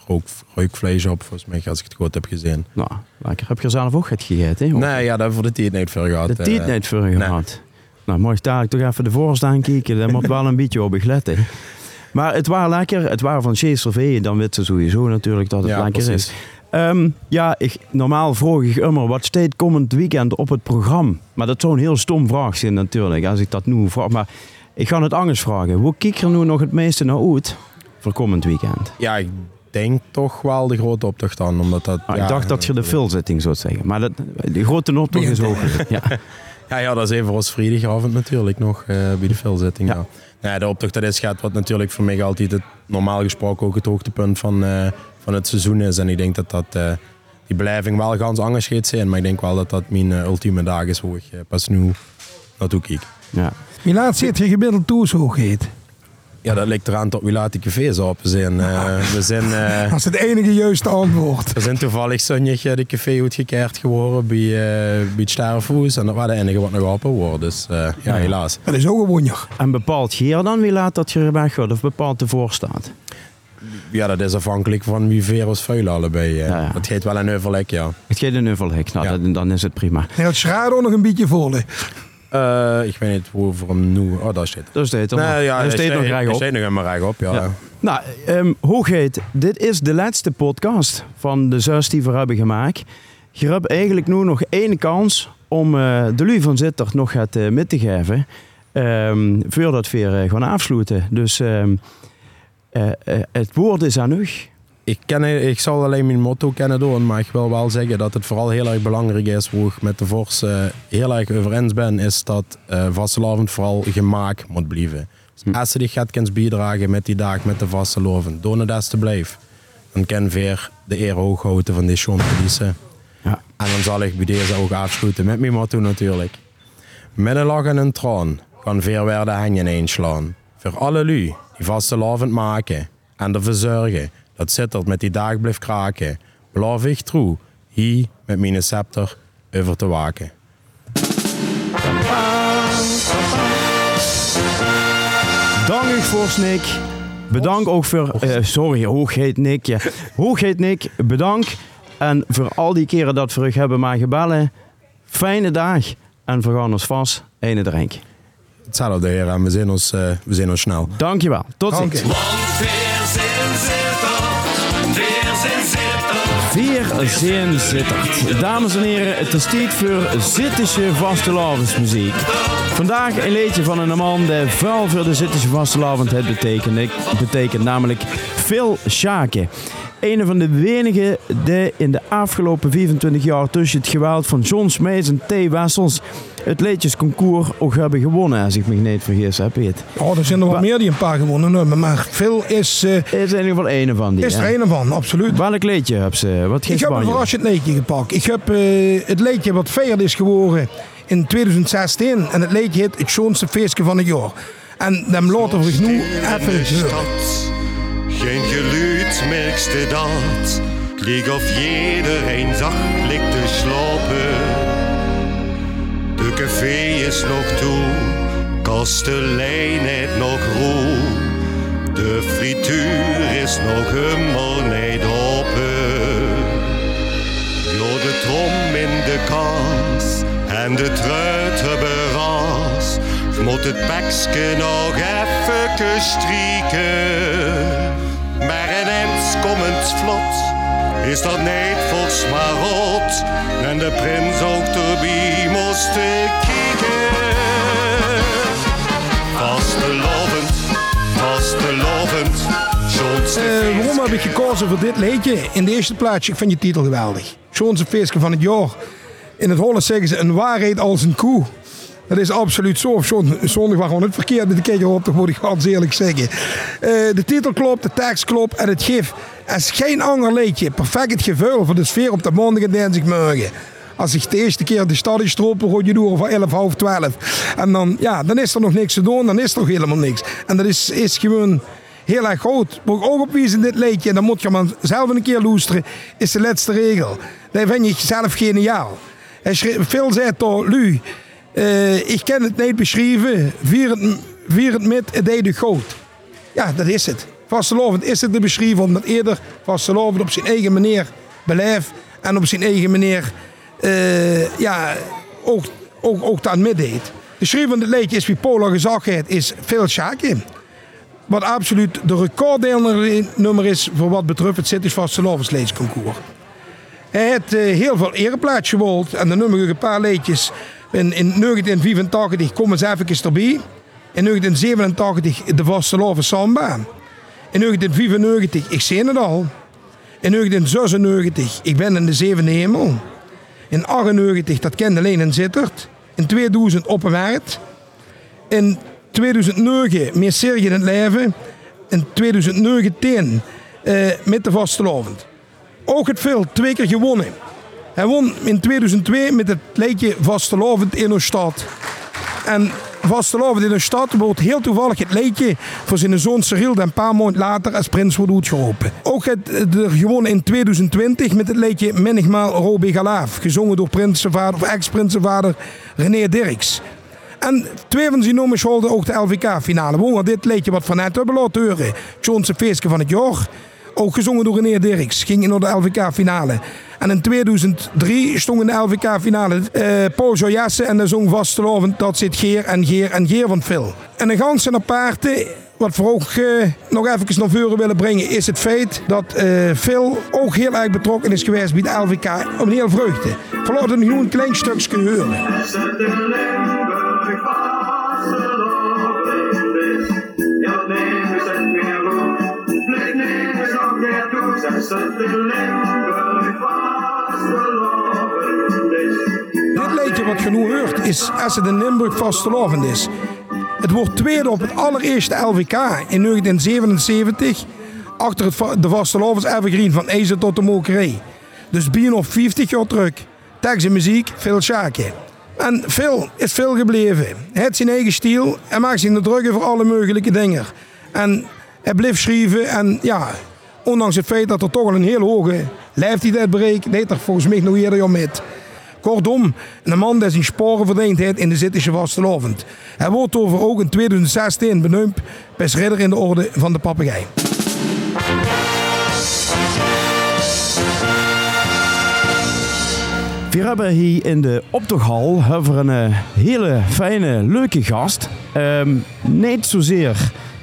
rookvlees op, volgens mij, als ik het goed heb gezien. Nou, lekker. Heb je er zelf ook het gegeten? Hè? Nee, ja, dat voor de tijd niet veel gehad. De tijd niet veel gehad. Nou, mag ik dadelijk toch even de voorstaan kijken. Daar moet wel een beetje op letten. Maar het waren lekker. Het waren van chez Cervé. Dan weet ze sowieso natuurlijk dat het lekker precies. is. Normaal vroeg ik immer, wat staat komend weekend op het programma? Maar dat zou een heel stom vraag zijn natuurlijk, als ik dat nu vraag. Maar ik ga het anders vragen. Hoe kijk je er nu nog het meeste naar uit voor komend weekend? Ja, ik denk toch wel de grote optocht dan. Omdat dat, ik dacht dat je de filzitting zou zeggen. Maar de grote optocht is ook. Ja, dat is even als vrijdagavond natuurlijk nog bij de filzitting. Ja. Ja, de optocht dat is wat natuurlijk voor mij altijd het normaal gesproken ook het hoogtepunt van het seizoen is. En ik denk dat die beleving wel ganz anders gaat zijn. Maar ik denk wel dat dat mijn ultieme dag is hoe ik pas nu naartoe kijk. Ja. Wie laat zit je gemiddeld toe zo heet? Ja, dat ligt eraan tot wie laat die cafés open zijn. We zijn dat is het enige juiste antwoord. We zijn toevallig zonnig de café uitgekeerd geworden bij het Sterrenvoes. En dat was de enige wat nog open wordt. Dus ja, helaas. Dat is ook een wonder. En bepaalt hier dan wie laat dat je weg gaat of bepaalt de voorstaat? Ja, dat is afhankelijk van wie ver of vuil allebei. Het geeft wel een heuvelhek, ja. Het geeft een heuvelhek, nou, dan is het prima. En het schrader nog een beetje vol. Ik weet niet hoe voor hem nu... Oh, daar staat het. Daar staat er nog. Hij staat nog recht op. Hij staat nog helemaal recht op, ja. Nou, Hoogheid, dit is de laatste podcast van de 6 die we hebben gemaakt. Je hebt eigenlijk nu nog 1 kans om de lui van Zitter nog het mee te geven. Voordat we weer gaan afsluiten. Dus het woord is aan u. Ik zal alleen mijn motto kennen doen, maar ik wil wel zeggen dat het vooral heel erg belangrijk is, waar ik met de Vors heel erg over eens ben, is dat vastelavond vooral gemaakt moet blijven. Dus als je die gaat kunnen bijdragen met die dag met de vastelavond, door het des te blijven, dan kan weer de eer hoog houden van die schoon verliezen. Ja. En dan zal ik bij deze ook afsluiten met mijn motto natuurlijk. Met een lach en een traan kan weer weer de hangen inslaan. Voor alle lui die vastelavond maken en ervoor zorgen dat Zitter met die dag blijft kraken, blijf ik trouw hier met mijn scepter over te waken. Dank u voor Nick. Bedankt ook voor... Hoogheid Nick. Ja. Hoogheid Nick, bedankt. En voor al die keren dat we u hebben maar gebellen. Fijne dag. En we gaan ons vast een drink. Hetzelfde heer en we zien ons snel. Dankjewel. Tot ziens. Weer zijn Zittert. Dames en heren, het is tijd voor Zittische vastelavondsmuziek. Vandaag een liedje van een man die vuil voor de Zittische vastelavond het betekent namelijk Phil Schaake. Een van de wenigen die in de afgelopen 25 jaar tussen het geweld van John Smees en T. Wessels het liedjesconcours ook hebben gewonnen, als ik me niet vergis heb, Piet. Oh, er zijn er wel meer die een paar gewonnen hebben, maar Phil is... is in ieder geval een van die. Is er een van, absoluut. Welk liedje heb ze? Wat ik heb een verrassend liedje gepakt. Ik heb het liedje wat vierd is geworden in 2016 en het liedje heet Het Schoonste Feestje van het Jaar. En dan laten we nu even horen. Geen geluid merkste dat, lieg of iedereen zacht ligt te slapen. De café is nog toe, kastelein heeft nog roe. De frituur is nog helemaal niet open. Jo, de trom in de kaas en de truiten beras. Moet het bekske nog even strieken. Maar ineens komend vlot is dat niet voor smarot. En de prins ook erbij moest kijken. Vastelovend. Waarom heb ik gekozen voor dit liedje? In de eerste plaats, ik vind je titel geweldig. Schoonste feestje van het jaar. In het Hollands zeggen ze een waarheid als een koe. Dat is absoluut zo. Of zondag was gewoon het verkeerd met de kijker op, dat moet ik ganz eerlijk zeggen. De titel klopt, de tekst klopt en het geeft als geen ander liedje perfect het gevoel voor de sfeer op de maandag en dinsdagmorgen. Als ik de eerste keer de stad stropen, gooi je door van 11, half 12. En dan is er nog niks te doen, dan is er nog helemaal niks. En dat is gewoon heel erg groot. Moet ik ook opwijzen in dit liedje, en dan moet je maar zelf een keer luisteren, is de laatste regel. Dat vind je zelf geniaal. Phil zei toch, Lu, ik kan het niet beschrijven, vier het met, het deed het goed. Ja, dat is het. Vastelovend is het te beschrijven omdat eerder vastelovend op zijn eigen manier beleeft en op zijn eigen manier ook dat middeed. De schrijver van het liedje is wie Paula gezegd heeft, is Phil Schake. Wat absoluut de recorddeelnummer is voor wat betreft het City's Vastelovensliedjesconcours. Hij heeft heel veel ereplaats gewold en dan noem ik een paar liedjes. In 1985 komen ze even erbij. In 1987 de Vasteloven Samba. In 1995 Ik zie het al. In 1996 Ik ben in de zevende hemel. In 1998 Dat kende alleen in Zittert. In 2000 Op een Werd. In 2009 Meer Serge in het leven. In 2019 met de Vastelovend. Ook het veel 2 keer gewonnen. Hij won in 2002 met het liedje Vastelovend in een stad. En Vastelovend in een stad wordt heel toevallig het liedje voor zijn zoon Cyril een paar maanden later als prins wordt uitgeroepen. Ook het er gewonnen in 2020 met het liedje Menigmaal Robe Galaaf, gezongen door ex-prinsenvader René Dirks. En 2 van zijn nummers holden ook de LVK-finale. Woon dit liedje wat van net hebben laten horen, Johnse Feestje van het jaar. Ook gezongen door René Dirks, ging naar de LVK-finale. En in 2003 stond in de LVK-finale Paul Joyasse en de zong Vastelovend Dat zit Geer en Geer van Phil. En een ganse aparte, wat we ook nog even naar voren willen brengen, is het feit dat Phil ook heel erg betrokken is geweest bij de LVK op een heel vreugde. Laten we nu een klein stukje horen. Dit liedje wat je nu hoort is Als het in Limburg Vastelovend is. Het wordt tweede op het allereerste LVK in 1977 achter de Vastelovens Evergreen van IJzer tot de Mokerij. Dus bijna op 50 jaar terug. Tekst en muziek Phil Schake. En Phil is veel gebleven. Hij heeft zijn eigen stijl en maakt zich drukken voor alle mogelijke dingen. En hij bleef schrijven en ja, ondanks het feit dat er toch al een heel hoge leeftijd bereikt, deed er volgens mij nog eerder met. Kortom, een man die zijn sporen verdiend heeft in de Zittische Vastelovend. Hij wordt over ook in 2016 benoemd als ridder in de orde van de papegaai. We hebben hier in de optochthal een hele fijne, leuke gast. Niet zozeer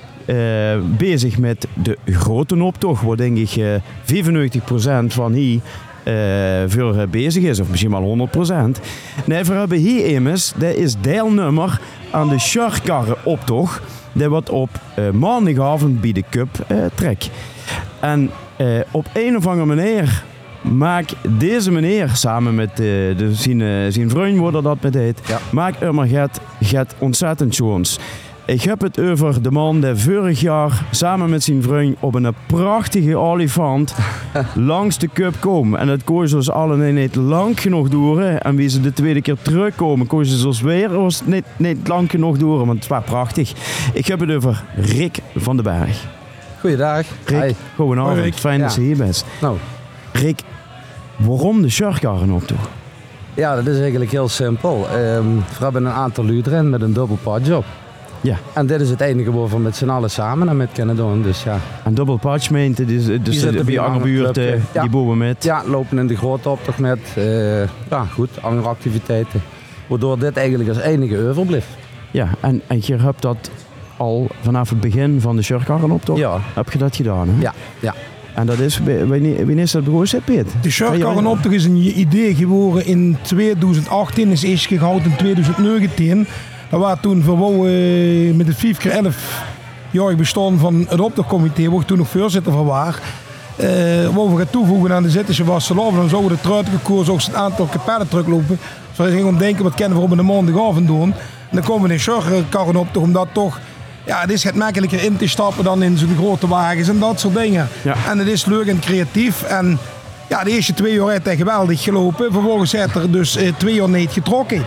bezig met de grote optocht, waar denk ik 95% van hier voor bezig is, of misschien wel 100%. Nee, we hebben hier immers, dat is deelnummer aan de Sjörkarre-optocht, die wordt op maandagavond bij de Cup trekt. En op een of andere manier maakt deze meneer, samen met zijn vriend, wordt dat met heet, maakt gaat ontzettend schoons. Ik heb het over de man die vorig jaar samen met zijn vriend op een prachtige olifant langs de Cup komen. En dat kon je zoals allen niet lang genoeg door. En wie ze de tweede keer terugkomen, kon je zoals weer was niet lang genoeg door. Want het was prachtig. Ik heb het over Rick van den Berg. Goeiedag. Rick, goedenavond. Fijn dat je hier bent. Nou. Rick, waarom de Sjörkarre-optocht? Ja, dat is eigenlijk heel simpel. We hebben een aantal luideren met een dubbel padje op. Ja. En dit is het enige waar we met z'n allen samen en met kunnen doen. Dus ja. En dubbel patch meent, dus bij andere buurten, die boven met? Ja, lopen in de grote optocht met. Ja, goed, andere activiteiten. Waardoor dit eigenlijk als enige overblijft. Ja, en je hebt dat al vanaf het begin van de Sjörkarre-optocht? Ja. Heb je dat gedaan? Hè? Ja, ja. En dat is, wanneer is dat begonnen, Piet? De Sjörkarre-optocht is een idee geworden in 2018, is eerst gehouden in 2019. Dat was toen met het 5x11-jarig bestaan van het optochtcomité, waar ik toen nog voorzitter van was. Waar we gaan toevoegen aan de Zittische Vastelovend, dan zouden we de truitenkoers ook het aantal kapellen teruglopen. Dus we gingen denken, wat kunnen we op een maandagavond doen? En dan komen we in Sjörkarre-optocht, omdat toch, ja, het is het makkelijker in te stappen dan in zo'n grote wagens en dat soort dingen. Ja. En het is leuk en creatief. En ja, de eerste 2 jaar heeft hij geweldig gelopen. Vervolgens heeft er dus 2 jaar niet getrokken.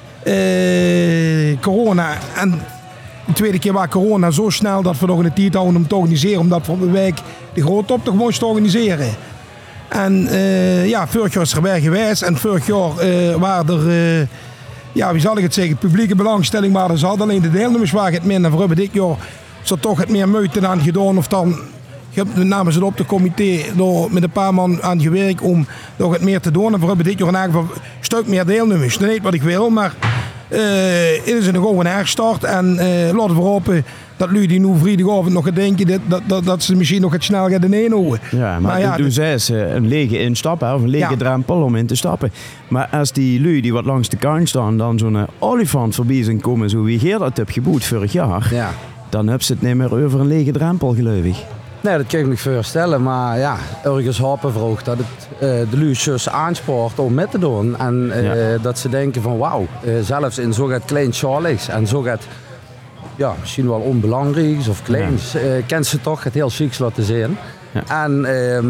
Corona. En de tweede keer was corona zo snel dat we nog een tijd houden om te organiseren. Omdat we op de wijk de grote optocht moesten organiseren. En ja, vorig jaar is er weer geweest. En vorig jaar waren er, ja, wie zal ik het zeggen, publieke belangstelling. Maar er zat alleen de deelnemers waren het minder. We hebben dit jaar Zo toch het meer meuten aan gedaan of dan... namens het op de comité door met een paar man aan gewerkt om nog het meer te doen. En we hebben dit jaar in ieder geval een stuk meer deelnemers. Dat is niet wat ik wil, maar het is een gewoon herstart. En laten we hopen dat jullie die nu vrijdagavond nog gaan denken dat ze misschien nog het snel gaan inhouden. Ja, maar toen zei ze een lege instappen, of een lege drempel om in te stappen. Maar als die lui die wat langs de kant staan dan zo'n olifant voorbij zijn komen, zo wie Geert dat heb geboet vorig jaar, dan hebben ze het niet meer over een lege drempel, geloof ik. Nee, dat kan ik me niet voorstellen, maar ja, ergens hopen vroeg dat het de luusjes aanspoort om mee te doen. En dat ze denken van wauw, zelfs in zo'n klein Charlie's en zo'n misschien wel onbelangrijks of kleins, kent ze toch het heel chics laten zien. Ja. En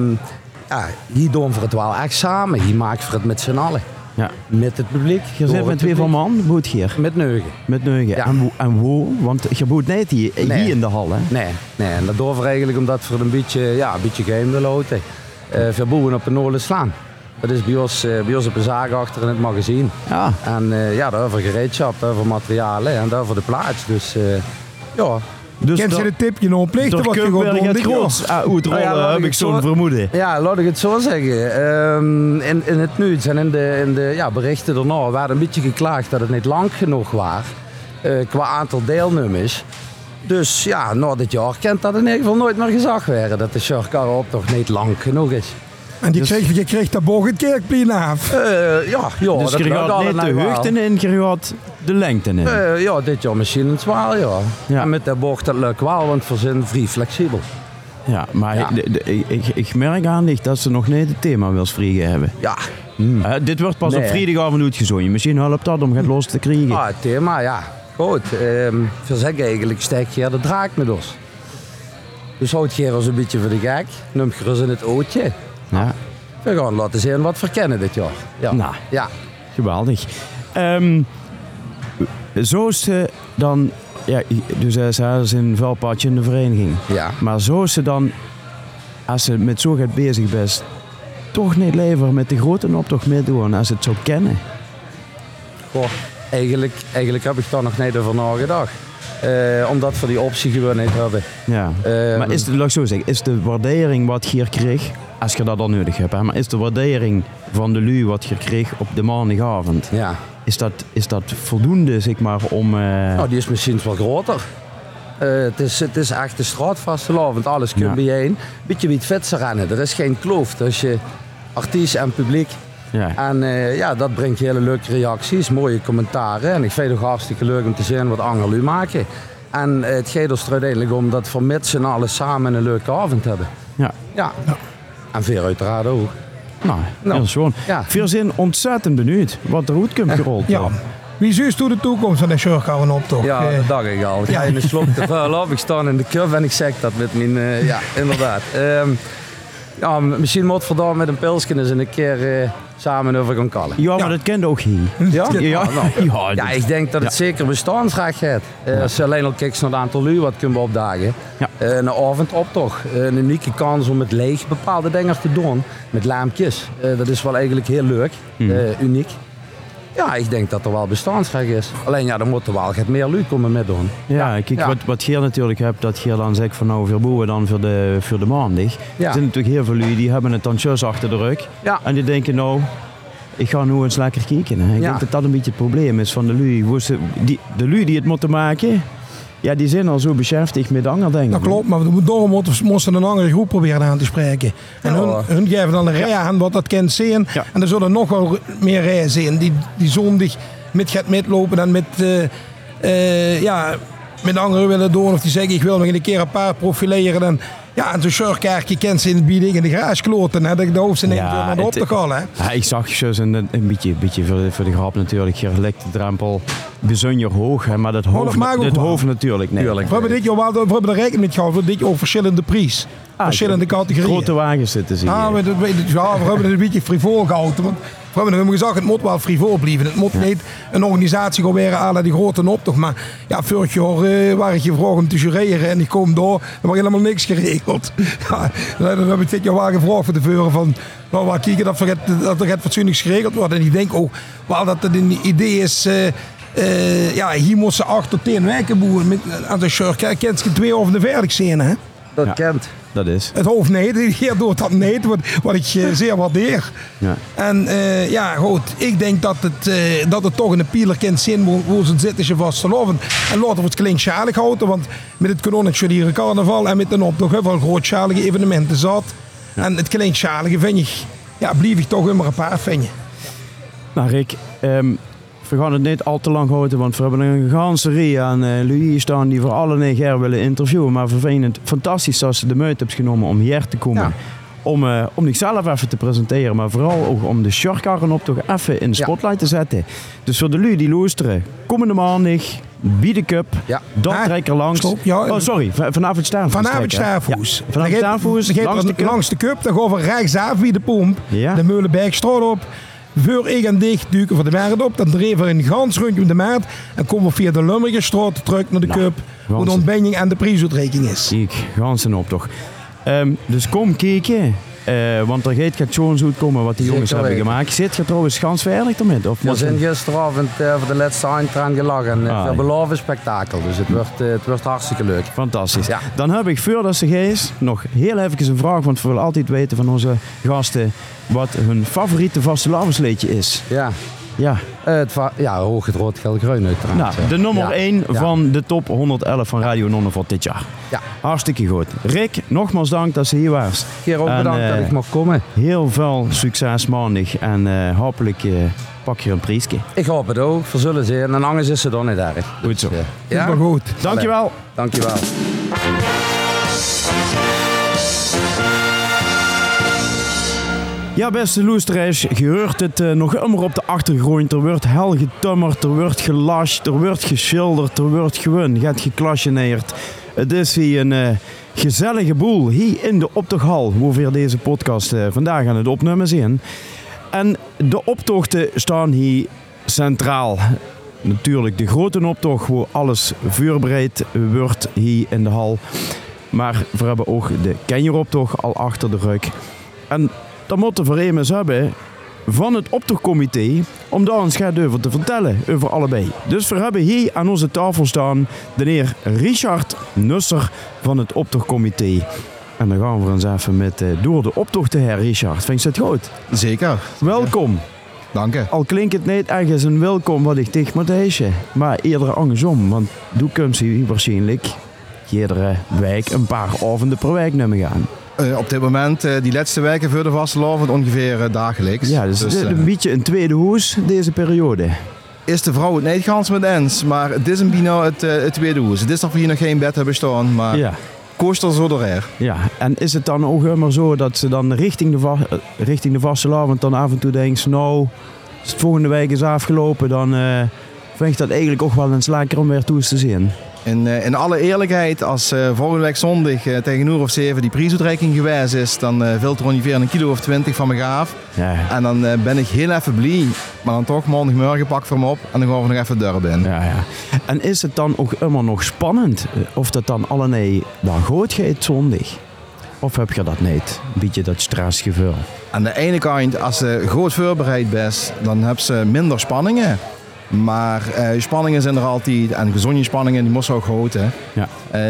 hier doen we het wel echt samen, hier maken we het met z'n allen. Ja. Met het publiek. Je zit met twee van man, boet hier? Met neugen. Met neugen. Ja. En hoe? Want je boet niet hier in de hal, hè? Nee. En dat doen we eigenlijk omdat we een beetje geheim willen houden. We boeren op een Noorle slaan. Dat is bij ons op een zaag achter in het magazine. Ja. En daar hebben we gereedschap, daar hebben we materialen en daar hebben we de plaats. Dus Dus kent je de tipje nog plichten wat je gewoon doet? Heb ik zo'n vermoeden. Ja, laat ik het zo zeggen. In het nieuws en in de berichten daarna werd een beetje geklaagd dat het niet lang genoeg was qua aantal deelnemers. Dus ja, na dit jaar kent dat in ieder geval nooit meer gezag werden. Dat de Sjarkar op toch niet lang genoeg is. En je kreeg daar boven het kerkplein af. Dus je gaat niet de hoogte in, je gaat de lengte in. Dit jaar misschien een zwaar, ja. En met de bocht dat lukt wel, want we zijn vrij flexibel. Ja, maar ik merk aan dich dat ze nog niet het thema wils vliegen hebben. Ja. Dit wordt pas op vrijdagavond uitgezonden. Misschien helpt dat om het los te krijgen. Het thema, ja. Goed. We zeggen eigenlijk, steek je de draak met ons. Dus houd je ons een beetje voor de gek. Noem je ons in het ootje. Ja. We gaan laten zien wat we verkennen dit jaar. Ja. Nou, geweldig. Zo is ze dan... Ja, dus ze is een vuilpadje in de vereniging. Ja. Maar zo is ze dan, als ze met zo gaat bezig bent, toch niet liever met de grote optocht meedoen als ze het zou kennen? Goh, eigenlijk heb ik daar nog niet over nagedacht. Omdat we die optie gewoon niet hebben. Ja. Maar laat ik zo zeggen, is de waardering wat je hier kreeg, als je dat dan nodig hebt, hè, maar is de waardering van de lui wat je kreeg op de maandagavond, is dat voldoende, zeg maar, om... Nou, die is misschien wel groter. Het is echt de straatvastelavond, alles kun bijeen. Beetje wie het fietsen rennen, er is geen kloof tussen artiest en publiek. Ja. En dat brengt hele leuke reacties, mooie commentaren. En ik vind het ook hartstikke leuk om te zien wat anderen nu maken. En het gaat er uiteindelijk om dat we met z'n allen samen een leuke avond hebben. Ja. En veel uiteraard ook. Nou, heel schoon. Ja. Veel zin, ontzettend benieuwd wat er goed komt gerold. Ja. Wie zuist hoe de toekomst van de Sjarkar op toch? Ja, dat dacht ik al. Ik ga je een slok te vuil op. Ik sta in de cup en ik zeg dat met mijn... inderdaad. Misschien moet we daar met een pilsje eens een keer samen over gaan kallen. Ja, maar dat kende ook hier. Ja, ik denk dat het zeker bestaansrecht heeft. Als je alleen al kijkt naar het aantal lui wat kunnen we opdagen. Ja. Een avondoptocht. Een unieke kans om het leeg bepaalde dingen te doen. Met lampjes. Dat is wel eigenlijk heel leuk. Uniek. Ja, ik denk dat er wel bestaansrecht is. Alleen er moeten wel het meer lui komen met doen. Ja, kijk, wat Geer natuurlijk hebt, dat Geer dan zegt van nou verboeren dan voor de maandag. Ja. Er zijn natuurlijk heel veel lui die hebben het dan just achter de rug. Ja. En die denken nou, ik ga nu eens lekker kijken. Hè. Ik denk dat dat een beetje het probleem is van de lui. De lui die het moeten maken, ja, die zijn al zo beschäftigd met anger denken. Dat klopt, maar daarom moesten een andere groep proberen aan te spreken. En hun geven dan een rij aan wat dat kent zien. Ja. En er zullen nog wel meer rijen zijn die zondig gaat metlopen en met anderen willen doen. Of die zeggen ik wil nog een keer een paar profileren. En zo'n Sjarkar kent ze in het bieding in de garagekloten. Dat ik de hoofd in één keer op te gaan. Ja, ik zag je een beetje voor de grap natuurlijk. Je lekt de drempel bijzonder hoog. Hè, maar dat hoofd natuurlijk niet. We hebben dit jaar wel er rekening mee gehouden. Dit jaar verschillende prijs. Verschillende categorieën. Grote wagens zitten ze hier. We hebben het een beetje frivol gehouden. Want we hebben gezegd, het moet wel frivol blijven. Het moet niet een organisatie gaan weer aan die grote optocht. Maar ja, vorig jaar waar ik gevraagd om te jureren en ik kom door, er was helemaal niks geregeld. Ja, dan heb ik dit jaar wel gevraagd voor de veuren van, nou, we kijken dat er het fatsoenlijk geregeld wordt. En ik denk ook wel dat het een idee is hier moet ze 8 tot 10 weken boeren. Aan de shirt kent je 2 over de verdig zijn, hè? Dat kent. Dat is. Het hoofd niet, hier doet dat niet, wat ik zeer waardeer. Ja. En goed, ik denk dat het toch in de pieler kan zijn hoe ze zitten je vastelovend. En laten we het kleinschalig houden, want met het kanonnetje carnaval en met de optocht heel veel grootschalige evenementen zat. Ja. En het kleinschalige vind ik, blijf ik toch immer een paar vinden. Nou Rick, we gaan het niet al te lang houden, want we hebben een ganse rij aan Louis staan die voor alle 9 jaar willen interviewen. Maar we vinden het fantastisch dat ze de moeite hebben genomen om hier te komen. Ja. Om zichzelf even te presenteren, maar vooral ook om de Sjorkarren op toch even in de spotlight te zetten. Dus voor de lui die luisteren, komende maandag, bij de Cup, dat trekker langs. Stop, ja. Vanaf het Staanvoes. Vanaf het Staanvoes. Ja. Vanaf het Staanvoes, langs de Cup, dan gaan we rechtsaf bij de pomp, de Meulenbergstraat op. Voor ik en dicht duiken voor de markt op, dan dreven we een gans rondje om de markt en komen we via de Lummergestraat terug naar de Cup, hoe de ontbinding en de prijsuitreiking is. Kijk, ganzen op toch. Dus kom kijken, want er gaat zo'n zoet komen wat die jongens hebben gemaakt. Zit je trouwens gans verder ermee? We zijn gisteravond voor de laatste eindtraan gelachen. Het beloven spektakel, dus het wordt hartstikke leuk. Fantastisch. Ja. Dan heb ik voordat ze geest nog heel even een vraag, want we willen altijd weten van onze gasten wat hun favoriete vastelavondsliedje is. Hoog het rood, geel, groen uiteraard. Nou, de nummer 1 van de top 111 van Radio Nonnenvoort dit jaar. Ja. Hartstikke goed. Rick, nogmaals dank dat ze hier was. Keer ook bedankt dat ik mag komen. Heel veel succes maandag en hopelijk pak je een prijsje. Ik hoop het ook. We zullen zien. En anders is ze dan niet erg. Goed zo. Ja? Goed. Dankjewel. Dankjewel. Ja, beste luisteraars, je hoort het nog immer op de achtergrond. Er wordt hel getummerd, er wordt gelast, er wordt geschilderd, er wordt gewoon geklasjeneerd. Het is hier een gezellige boel hier in de optochthal, waar we deze podcast vandaag aan het opnemen zijn. En de optochten staan hier centraal. Natuurlijk de grote optocht, waar alles voorbereid wordt hier in de hal. Maar we hebben ook de kenjeroptocht al achter de rug. En dan moeten we eens hebben van het optochtcomité om daar een schat over te vertellen, over allebei. Dus we hebben hier aan onze tafel staan de heer Richard Nusser van het optochtcomité. En dan gaan we eens even met door de optocht, heer Richard. Vind je het goed? Zeker. Welkom. Dank je. Al klinkt het niet echt als een welkom wat ik dicht moet heesen, maar eerder andersom, want doe kunt ze waarschijnlijk iedere week een paar avonden per week nemen gaan. Op dit moment, die laatste weken voor de vastelavond ongeveer dagelijks. Ja, dus een beetje een tweede hoes deze periode. Is de vrouw het niet gans met eens, maar het is een bijna het tweede hoes. Het is dat we hier nog geen bed hebben staan, maar kost er zo doorheen. Ja, en is het dan ook maar zo dat ze dan richting de vastelavond dan af en toe denkt, nou, als het volgende week is afgelopen, dan vind ik dat eigenlijk ook wel eens lekker om weer toe te zien. In alle eerlijkheid, als volgende week zondag tegen uur of 7 die prijsuitreiking geweest is, dan vult er ongeveer 1,20 kilo van me af. Ja. En dan ben ik heel even blij. Maar dan toch maandagmorgen pak ik hem op en dan gaan we nog even de deur binnen. Ja. En is het dan ook immer nog spannend of dat dan allemaal wel goed gaat zondag? Of heb je dat niet? Een beetje dat stressgevoel? Aan de ene kant, als ze goed voorbereid bent, dan heb ze minder spanningen. Maar spanningen zijn er altijd en gezonde spanningen die moesten ook houden. Ja.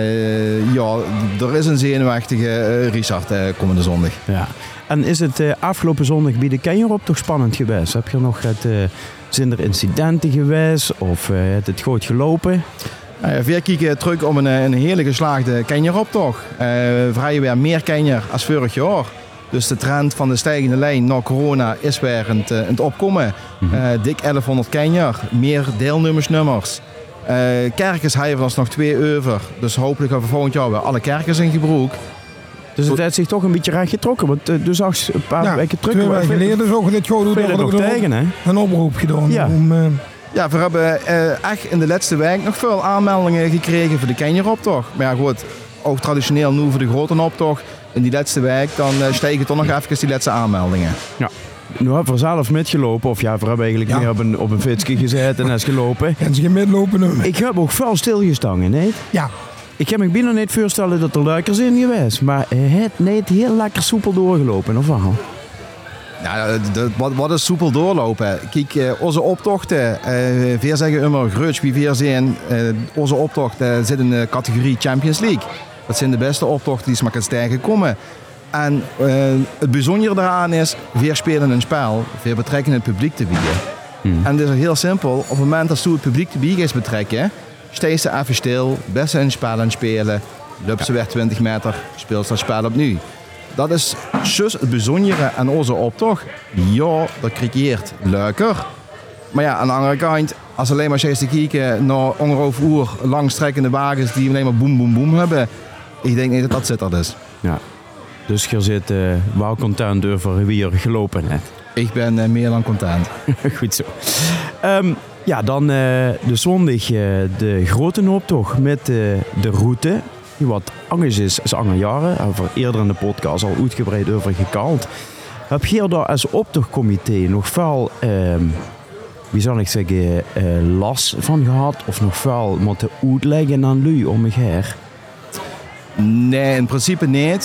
Er is een zenuwachtige Richard komende zondag. Ja. En is het afgelopen zondag bij de kenjeroptocht spannend geweest? Heb je nog zijn er incidenten geweest of het goed gelopen? We kijken terug om een hele geslaagde kenjeroptocht. We rijden weer meer kenjer als vorig jaar. Dus de trend van de stijgende lijn na corona is weer aan het opkomen. Dik 1100 kenjer, meer deelnemersnummers. Kerkers hebben we ons nog 2 over. Dus hopelijk hebben we volgend jaar weer alle kerkers in gebruik. Dus het heeft zich toch een beetje recht getrokken. Want dus zag een paar weken terug. 2 weken geleden is ook dit gewoon een oproep gedaan. Ja. Ja, we hebben echt in de laatste week nog veel aanmeldingen gekregen voor de kenjeroptocht. Maar ja goed, ook traditioneel nu voor de grote optocht. In die laatste week dan stijgen toch nog even die laatste aanmeldingen. Ja. Nu hebben we zelf metgelopen, of ja, we hebben eigenlijk meer op een fietsje gezeten en is gelopen. En ze gaan metlopen. Ik heb ook veel stilgestangen, nee? Ja. Ik heb me bijna niet voorstellen dat er luikers in geweest, maar het niet heel lekker soepel doorgelopen, of wel? Ja, wat is soepel doorlopen. Kijk, onze optochten, we zeggen immer groot wie we zijn. Onze optochten zit in de categorie Champions League. Dat zijn de beste optochten die ze maar stijgen komen. En het bijzondere daaraan is, we spelen een spel, we betrekken het publiek te bieden. En het is heel simpel, op het moment dat je het publiek te bieden is betrekken, sta je even stil, best een spel aan het spelen, loop ze weer 20 meter, speelt dat spel opnieuw. Dat is dus het bijzondere aan onze optocht. Ja, dat creëert leuker. Maar ja, aan de andere kant, als alleen maar te kijken naar ongeveer uur langstrekkende wagens die alleen maar boem, boem, boem hebben, ik denk niet dat dat zit er dus. Ja. Dus je zit wel content over wie er gelopen hebt. Ik ben meer dan content. Goed zo. Ja, dan de zondag de grote optocht met de route. Die wat anders is andere jaren. Daar hebben we eerder in de podcast al uitgebreid over gekaald. Heb je daar als optochtcomité nog veel, wie zal ik zeggen, last van gehad? Of nog veel moeten uitleggen aan lui om me her? Nee, in principe niet.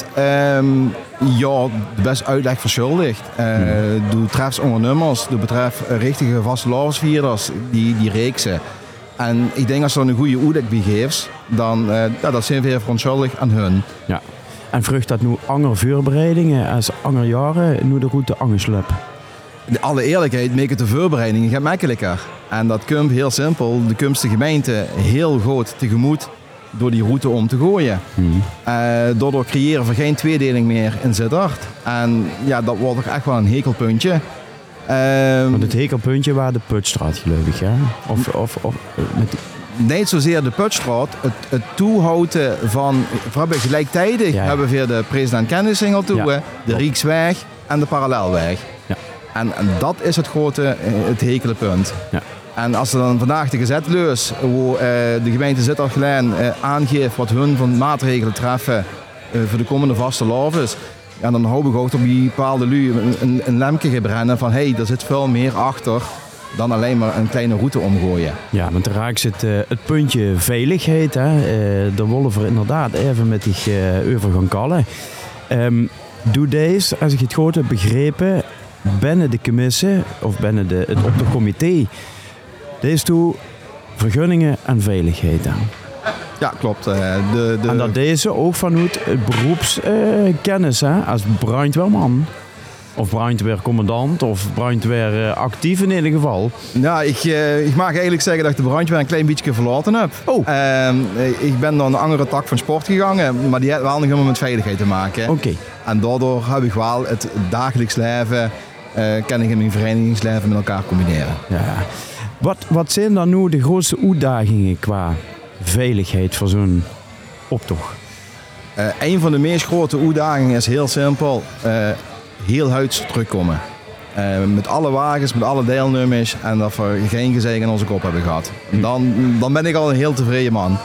Ja, best uitleg verschuldigd. Doe treffs onder nummers, doe betreft richtige vaste laversvierders, die reeksen. En ik denk als je er een goede uitleg bij geeft, dan dat zijn we verontschuldigd aan hun. Ja. En vrucht dat nu andere voorbereidingen als andere jaren, nu de route aangeslept? In alle eerlijkheid, make het de voorbereidingen gaat makkelijker. En dat komt heel simpel, de komst gemeente heel groot tegemoet door die route om te gooien. Daardoor creëren we geen tweedeling meer in Sittard. En ja, dat wordt toch echt wel een hekelpuntje. Want het hekelpuntje waar de Putstraat geloof ik, hè? Of met die... Niet zozeer de Putstraat, het toehouden van... We hebben gelijktijdig hebben we de president Kennissingel toe, de Rijksweg en de Parallelweg. Ja. En dat is het grote, het hekele punt. Ja. En als er dan vandaag de gezetleus, waar de gemeente Sittard-Geleen aangeeft wat hun van maatregelen treffen voor de komende vaste lavens, ja, dan hoop ik ook op die bepaalde lui een lempje gebrennen van hey, er zit veel meer achter dan alleen maar een kleine route omgooien. Ja, want raak zit het puntje veiligheid. Hè? Daar willen we inderdaad even met die over gaan kallen. Doe deze, als ik het goed heb begrepen, binnen de commissie of binnen het optochtcomité, deze toe vergunningen en veiligheid aan. Ja, klopt. En dat deze ook vanuit beroepskennis, als brandweerman. Of brandweercommandant of brandweer actief in ieder geval. Ja, ik mag eigenlijk zeggen dat ik de brandweer een klein beetje verlaten heb. Ik ben naar een andere tak van sport gegaan, maar die heeft wel nog helemaal met veiligheid te maken. Okay. En daardoor heb ik wel het dagelijks leven, kan ik in mijn verenigingsleven met elkaar combineren. Ja. Wat zijn dan nu de grootste uitdagingen qua veiligheid voor zo'n optocht? Een van de meest grote uitdagingen is heel simpel. Heel huids terugkomen. Met alle wagens, met alle deelnemers en dat we geen gezeik in onze kop hebben gehad. Dan ben ik al een heel tevreden man.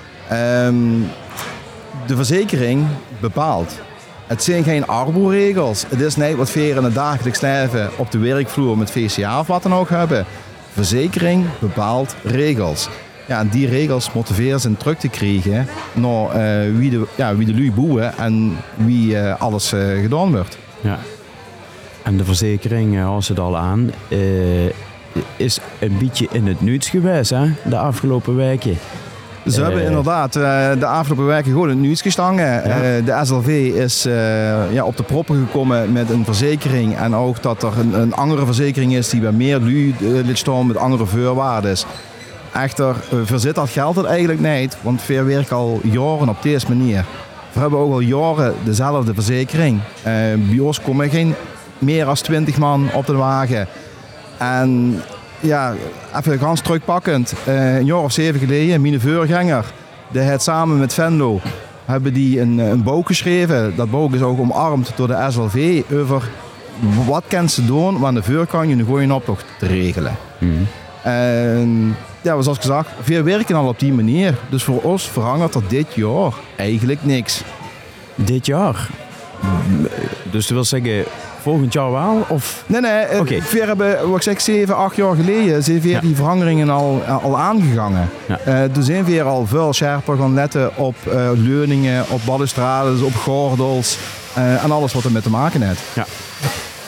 De verzekering bepaalt. Het zijn geen arbo-regels. Het is niet wat we in het dagelijks leven op de werkvloer met VCA of wat dan ook hebben. Verzekering bepaalt regels. Ja, en die regels motiveren ze terug te krijgen naar wie de lui boeien en wie alles gedaan wordt. Ja. En de verzekering, als het al aan, is een beetje in het nieuws geweest, hè, de afgelopen weken. Ze hebben inderdaad de afgelopen weken gewoon in het nieuws gestangen. Ja. De SLV is op de proppen gekomen met een verzekering. En ook dat er een andere verzekering is die bij meer lui staan met andere voorwaarden. Echter, voor Sittard geldt het eigenlijk niet, want we werken al jaren op deze manier. We hebben ook al jaren dezelfde verzekering. Bij ons komen geen meer dan 20 man op de wagen. En ja, even ganz terugpakkend. Een jaar of 7 geleden, mijn voorganger, die had samen met Venlo, hebben die een boek geschreven. Dat boek is ook omarmd door de SLV over wat kan ze doen om aan de voorkant een goede optocht te regelen. En ja, zoals gezegd, we werken al op die manier. Dus voor ons verandert er dit jaar eigenlijk niks. Dit jaar? Dus dat wil zeggen, volgend jaar wel? Of? Nee. Okay. We hebben, wat ik zeg, 7, 8 jaar geleden zijn we die veranderingen al aangegangen. Ja. Toen zijn we al veel scherper gaan letten op leuningen, op balustrades, op gordels en alles wat ermee te maken heeft. Ja.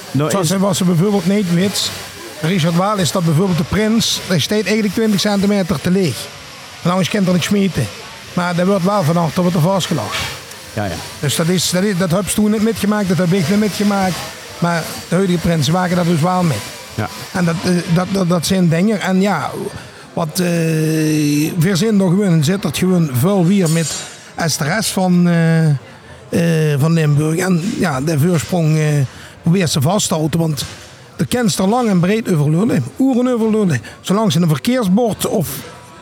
Zoals was ze bijvoorbeeld niet weet. Richard Waal is dat bijvoorbeeld de Prins. Die staat eigenlijk 20 centimeter te leeg. En nou is kind er niet smeten. Maar dat wordt wel vanaf, dat wordt er vastgelegd. Ja. Dus dat heb je toen niet metgemaakt, dat heb ik niet metgemaakt. Maar de huidige Prins maken dat dus wel met. Ja. En dat zijn dingen. En ja, wat verzin nog gewoon zit er gewoon veel weer met als de rest van Limburg. En ja, de voorsprong probeert ze vast te houden. Want de kent er lang en breed over lullen. Oeren over lullen. Zolang ze een verkeersbord of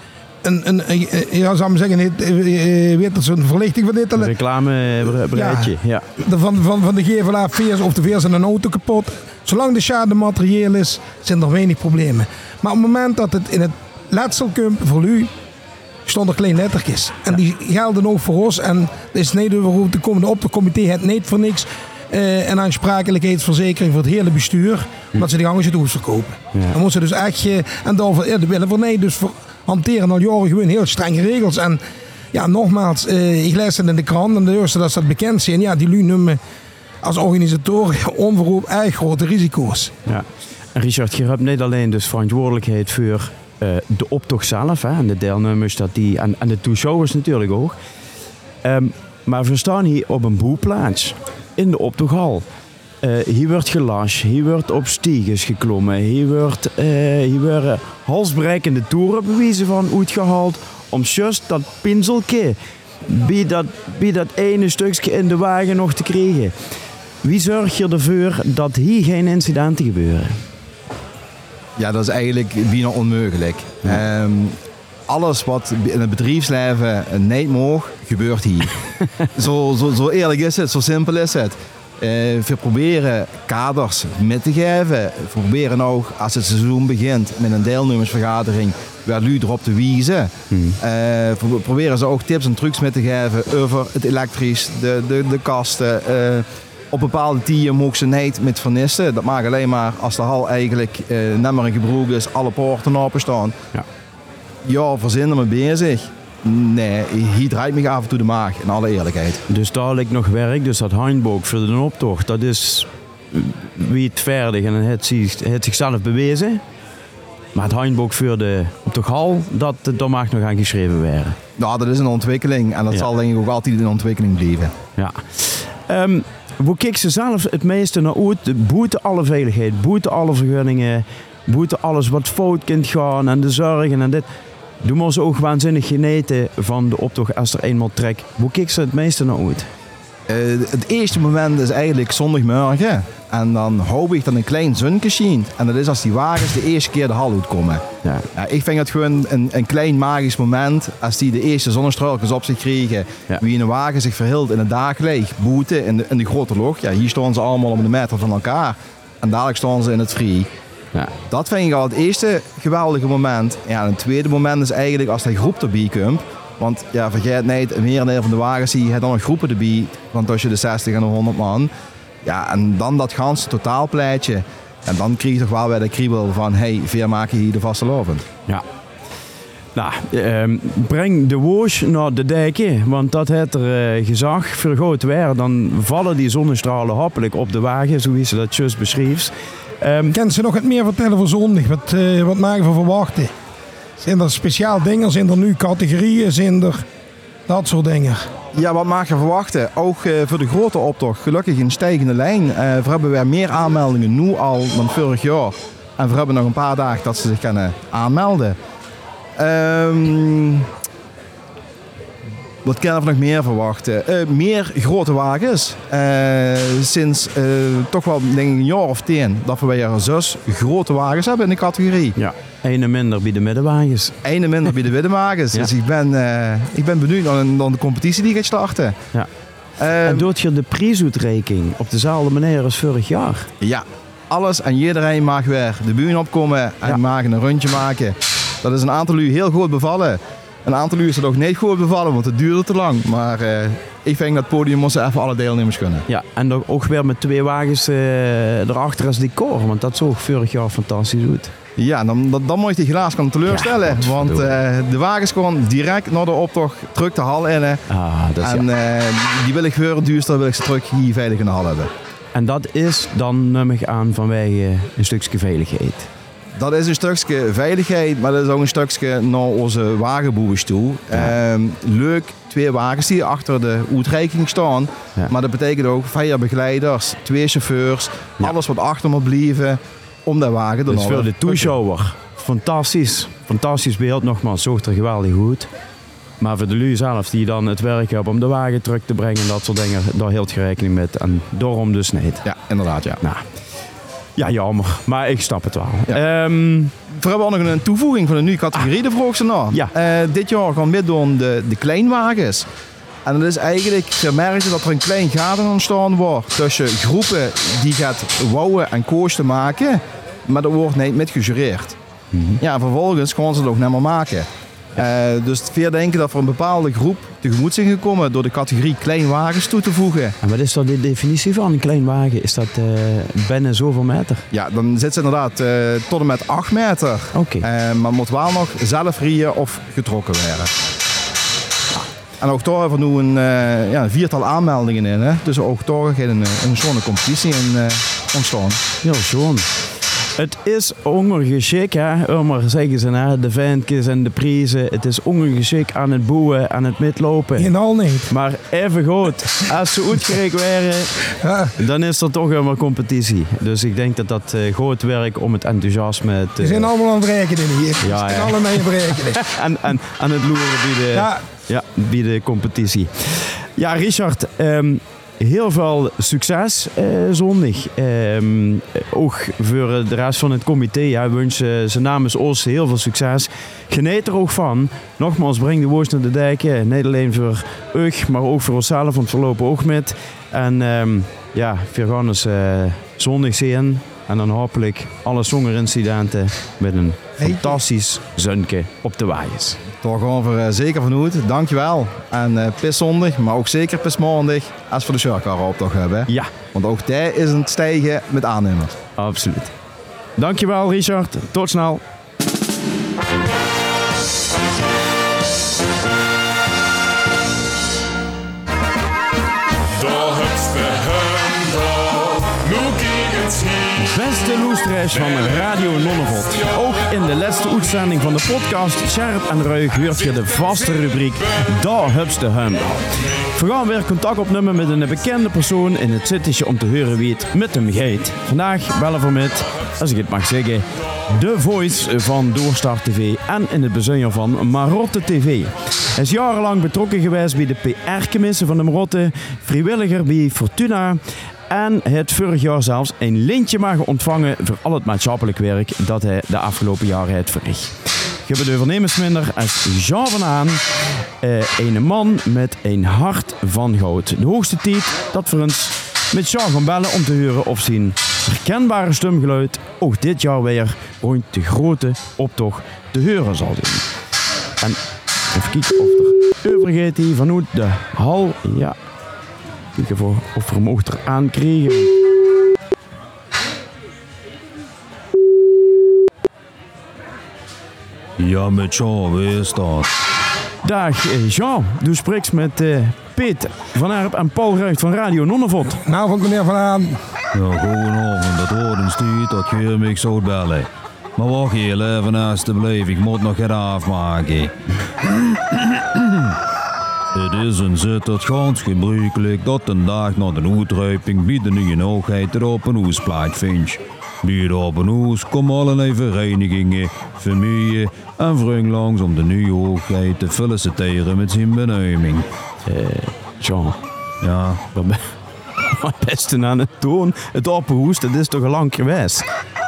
zou ik zeggen, weet dat zo'n verlichting van dit. Een reclamebreidje. Ja. Van de GVLA veers of de veers in een auto kapot. Zolang de schade materieel is, zijn er weinig problemen. Maar op het moment dat het in het letsel komt voor u, stonden er kleine lettertjes. En die gelden ook voor ons. En er is niet over te komen. De optochtcomité het niet voor niks. En aansprakelijkheidsverzekering voor het hele bestuur. Omdat ze die gangers het hoes verkopen. Ja. Dan moeten ze dus echt... en dan willen we nee, dus hanteren al jaren gewoon heel strenge regels. En ja, nogmaals, ik lees het in de krant en de eerste dat ze dat bekend zijn. Ja, die lui noemen als organisatoren onverhoopt erg grote risico's. Ja. En Richard, je hebt niet alleen dus verantwoordelijkheid voor de optocht zelf hè, en de deelnemers en de toeschouwers natuurlijk ook. Maar we staan hier op een boelplaats in de optochthal. Hier wordt gelast, hier wordt op stiges geklommen, hier worden halsbrekende toeren bewijzen van uitgehaald om juist dat pinseltje bij dat ene stukje in de wagen nog te krijgen. Wie zorgt je ervoor dat hier geen incidenten gebeuren? Ja, dat is eigenlijk bijna onmogelijk. Ja. Alles wat in het bedrijfsleven niet mag, gebeurt hier. Zo eerlijk is het, zo simpel is het. We proberen kaders mee te geven. We proberen ook, als het seizoen begint, met een deelnemersvergadering, waar jullie erop te wijzen. We proberen ze ook tips en trucs mee te geven over het elektrisch, de kasten. Op bepaalde tijden mogen ze niet met vernissen. Dat mag alleen maar als de hal eigenlijk net maar een gebruik is, alle poorten open staan. Ja, verzinnen me bezig. Nee, hier draait me af en toe de maag, in alle eerlijkheid. Dus daar ligt nog werk, dus dat handboek voor de optocht, dat is wie het verdig en het zichzelf bewezen. Maar het handboek voor de optochthal, dat mag nog aan geschreven worden. Ja, dat is een ontwikkeling en dat zal denk ik ook altijd in ontwikkeling blijven. Ja. Hoe kijken ze zelf het meeste naar uit? Boeten alle veiligheid, boeten alle vergunningen, boeten alles wat fout kunt gaan en de zorgen en dit. Doen we ze ook waanzinnig geneten van de optocht als er eenmaal trekt. Hoe kijken ze het meeste naar uit? Het eerste moment is eigenlijk zondagmorgen. En dan hoop ik dat een klein zonnetje schijnt. En dat is als die wagens de eerste keer de hal uitkomen. Ja. Ik vind het gewoon een klein magisch moment. Als die de eerste zonnestraaltjes op zich krijgen. Ja. Wie in een wagen zich verhield in het daglicht. Boeten in de grote lucht. Ja, hier staan ze allemaal op een meter van elkaar. En dadelijk staan ze in het vrij. Ja. Dat vind ik al het eerste geweldige moment. Ja, en het tweede moment is eigenlijk als de groep erbij komt. Want ja, vergeet niet, een merendeel van de wagens zie je dan nog groepen erbij. Van tussen de 60 en de 100 man. Ja, en dan dat ganse totaalpleitje. En dan krijg je toch wel weer de kriebel van, hey, veer maken hier de vastelavond. Ja. Nou, breng de woos naar de dijken, want dat heeft er gezag vergroot weer. Dan vallen die zonnestralen hopelijk op de wagen, zoals ze dat juist beschreef. Kan ze nog het meer vertellen voor zondag? Wat maken we verwachten? Zijn er speciaal dingen? Zijn er nu categorieën? Zijn er dat soort dingen? Ja, wat mag je verwachten? Ook voor de grote optocht gelukkig een stijgende lijn. We hebben weer meer aanmeldingen nu al dan vorig jaar. En we hebben nog een paar dagen dat ze zich kunnen aanmelden. Wat kunnen we nog meer verwachten? Meer grote wagens. Sinds toch wel denk ik een jaar of 10 dat we weer 6 grote wagens hebben in de categorie. Ja, ene minder bij de middenwagens. Ene minder bij de middenwagens. Ja. Dus ik ben benieuwd naar de competitie die gaat starten. Ja. En doet je de prijsuitreiking op dezelfde manier als vorig jaar? Ja, alles en iedereen mag weer de buurt opkomen en mag een rondje maken. Dat is een aantal uur heel goed bevallen. Een aantal uur is het ook niet goed bevallen, want het duurde te lang. Maar ik vind dat het podium moesten even alle deelnemers kunnen. Ja, en dan ook weer met 2 wagens erachter als decor. Want dat zag vorig jaar fantastisch uit. Ja, dan moet je die helaas kunnen teleurstellen. Ja, want de wagens gewoon direct naar de optocht terug de hal in. Ah, dat is en die wil ik weer duurster, wil ik ze terug hier veilig in de hal hebben. En dat is dan, neem ik aan, vanwege een stukje veiligheid. Dat is een stukje veiligheid, maar dat is ook een stukje naar onze wagenboers toe. Ja. Leuk, 2 wagens die achter de uitreiking staan. Ja. Maar dat betekent ook 4 begeleiders, 2 chauffeurs, alles wat achter moet blijven om de wagen te dus voor de toeschouwer, fantastisch. Fantastisch beeld, nogmaals, zorgt er geweldig goed. Maar voor de lui zelf die dan het werk hebben om de wagen terug te brengen en dat soort dingen, daar hield je rekening met. En daarom dus niet. Ja, inderdaad, ja. Nou. Ja, jammer. Maar ik snap het wel. Ja. We hebben nog een toevoeging van een nieuwe categorie, de vroeg ze nou. Ja. Dit jaar gaan we doen de kleinwagens. En dat is eigenlijk gemerkt dat er een klein gat ontstaan wordt tussen groepen die gaat wouwen en kosten maken, maar dat wordt niet met gejureerd. Mm-hmm. Ja, vervolgens gaan ze het ook niet meer maken. Dus veel denken dat er een bepaalde groep tegemoet zijn gekomen door de categorie kleinwagens toe te voegen. En wat is dan de definitie van een kleinwagen? Is dat binnen zoveel meter? Ja, dan zit ze inderdaad tot en met 8 meter. Okay. Maar moet wel nog zelf rijden of getrokken worden. En ook daar hebben we nu een 4-tal aanmeldingen in. Hè? Dus ook daar gaat een zo'n competitie in ontstaan. Ja, schoon. Het is ongeschikt, hè? Maar zeggen ze, hè? De ventjes en de prijzen. Het is ongeschikt aan het boeien, aan het midlopen. Helemaal niet. Maar even goed, als ze uitgereikt waren, dan is er toch helemaal competitie. Dus ik denk dat dat goed werkt om het enthousiasme te... We zijn allemaal aan het rekenen hier. Ja, we zijn allemaal aan het rekenen. en aan het loeren bij de competitie. Ja, Richard... heel veel succes zondag. Ook voor de rest van het comité. Ja, wensen ze namens ons heel veel succes. Geniet er ook van. Nogmaals, breng de woord naar de dijken. Niet alleen voor u, maar ook voor onszelf. Want we lopen ook met. En we gaan ons zondag zien. En dan hopelijk alle zongerincidenten met een fantastisch zonnetje op de wagens. Daar gaan we zeker van uit. Dankjewel. En pis zondag, maar ook zeker pis maandag als we de Sharkar optocht hebben. Ja. Want ook daar is een stijgen met aannemers. Absoluut. Dankjewel Richard. Tot snel. Beste luisteraars van Radio Nonnevot. Ook in de laatste uitzending van de podcast Scherp en Ruig hoort je de vaste rubriek Daar hebst de hem. We gaan weer contact opnemen met een bekende persoon in het citytje om te horen wie het met hem gaat. Vandaag bellen we met, als ik het mag zeggen, de voice van Doorstart TV en in het bijzonder van Marotte TV. Hij is jarenlang betrokken geweest bij de PR-commissie van de Marotte, vrijwilliger bij Fortuna en het vorig jaar zelfs een lintje mag ontvangen voor al het maatschappelijk werk dat hij de afgelopen jaren heeft verricht. Je hebt de ondernemersminder als Jean van Aan, een man met een hart van goud. De hoogste tijd dat we ons met Jean gaan bellen om te horen of zijn herkenbare stemgeluid ook dit jaar weer rond de grote optocht te horen zal zijn. En even kijken of er overgeet hij vanuit de hal. Ja. Kijken of we hem ook eraan kregen. Ja, met Jean, wie is dat? Dag Jean, du spreekt met Piet van Erp en Paul Ruigt van Radio Nonnevot. Nou, van meneer Van Aan. Ja, goedenavond, dat hoort een stuurt dat je me zou bellen. Maar wacht heel even alsjeblieft, ik moet nog het afmaken. Het is een zitterd gans gebruikelijk dat een dag na de uitruiping bij de nieuwe hoogheid er op een huis plaatsvindt. Bij de open huis komen allerlei verenigingen, familie en vrienden langs om de nieuwe hoogheid te feliciteren met zijn benoeming. Jean. Ja? Wat beste aan het toon, het open huis, dat is toch al lang geweest?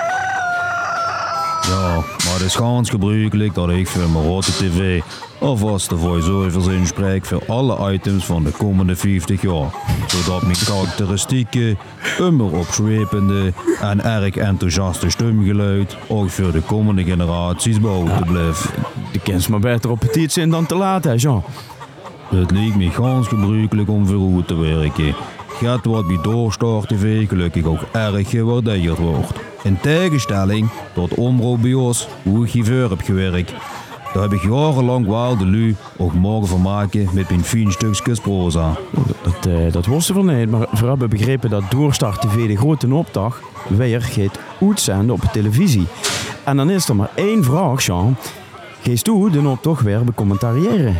Ja, maar het is gans gebruikelijk dat ik voor Marotte TV alvast de voice-overs inspreek voor alle items van de komende 50 jaar. Zodat mijn karakteristieke, immer opzwepende en erg enthousiaste stemgeluid ook voor de komende generaties behouden blijft. De kent maar beter op het zijn dan te laat, hè Jean? Het lijkt me gans gebruikelijk om voor u te werken. Gaat wat bij Doorstart TV gelukkig ook erg gewaardeerd wordt. In tegenstelling tot Omroep bij ons, hoe ik hiervoor heb gewerkt. Daar heb ik jarenlang wel de lui ook morgen van maken met mijn 4 stukjes proza. Dat wisten we niet, maar we hebben begrepen dat Doorstart TV de grote opdag weer gaat uitzenden op de televisie. En dan is er maar 1 vraag, Jean. Geest u de optocht weer becommentariëren?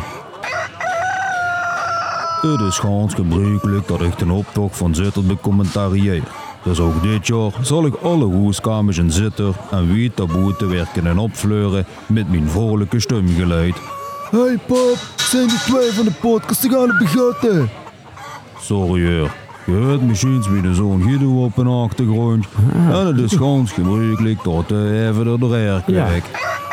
Het is gans gebruikelijk dat ik de optocht van Zitter becommentarieer. Dus ook dit jaar zal ik alle hoeskamers in Zitter en wie taboe te werken en opfleuren met mijn vrolijke stemgeluid. Hey pap, zijn die 2 van de podcast die gaan het begonnen? Sorry hoor, je hoort misschien wie de zoon Guido op een achtergrond. En het is gans gebruikelijk dat even door de reer kijkt.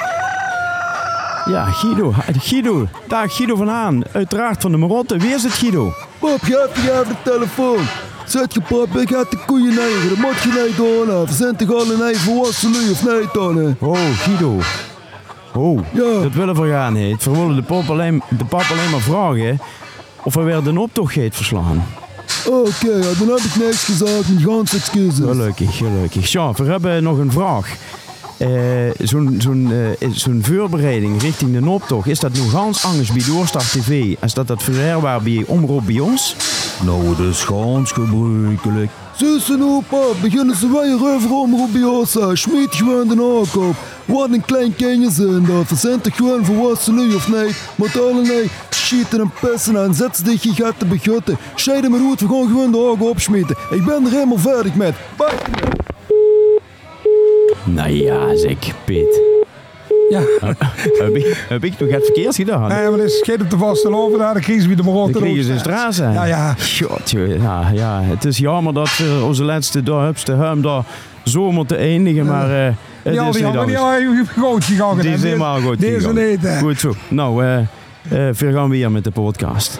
Ja, Guido. Dag Guido van Haan, uiteraard van de Marotte. Wie is het, Guido? Pap, geef je even de telefoon. Zet je pap, ik ga de koeien neigen. Dat moet je niet doen. We zijn toch al een volwassen nu of niet dan? Oh, Guido. Oh, ja. Dat willen we gaan niet. We willen de pap alleen maar vragen of hij weer de optocht gaat verslaan. Oké, ja, dan heb ik niks gezegd. Mijn gans excuses. Gelukkig. Ja, we hebben nog een vraag. Zo'n voorbereiding richting de optocht, is dat nog gans anders bij Doorstart TV als dat vroeger was bij Omroep bij ons? Nou, dat is gans gebruikelijk. Zus en opa, beginnen ze weer over Omroep bij ons. Schmiet gewoon de haak op. Wat een klein kindje zijn dat. We zijn toch gewoon volwassen nu of niet? Maar allerlei schieten en pissen en zet ze dich je gaat te begutten. Scheiden maar uit, we gaan gewoon de haak opschmieten. Ik ben er helemaal verdig met. Bye. Nou ja, zeg, Piet. Ja. Heb ik toch het verkeerd gedaan? Nee, maar dat is geen te vaste lopen daar, de crisis bij de Marotte. De crisis in Strazen. Ja. God, ja. Het is jammer dat we onze laatste hem daar zo moeten eindigen, maar het is niet goed gegaan. Die is helemaal goed gegaan. Goed zo. Nou, we gaan weer met de podcast.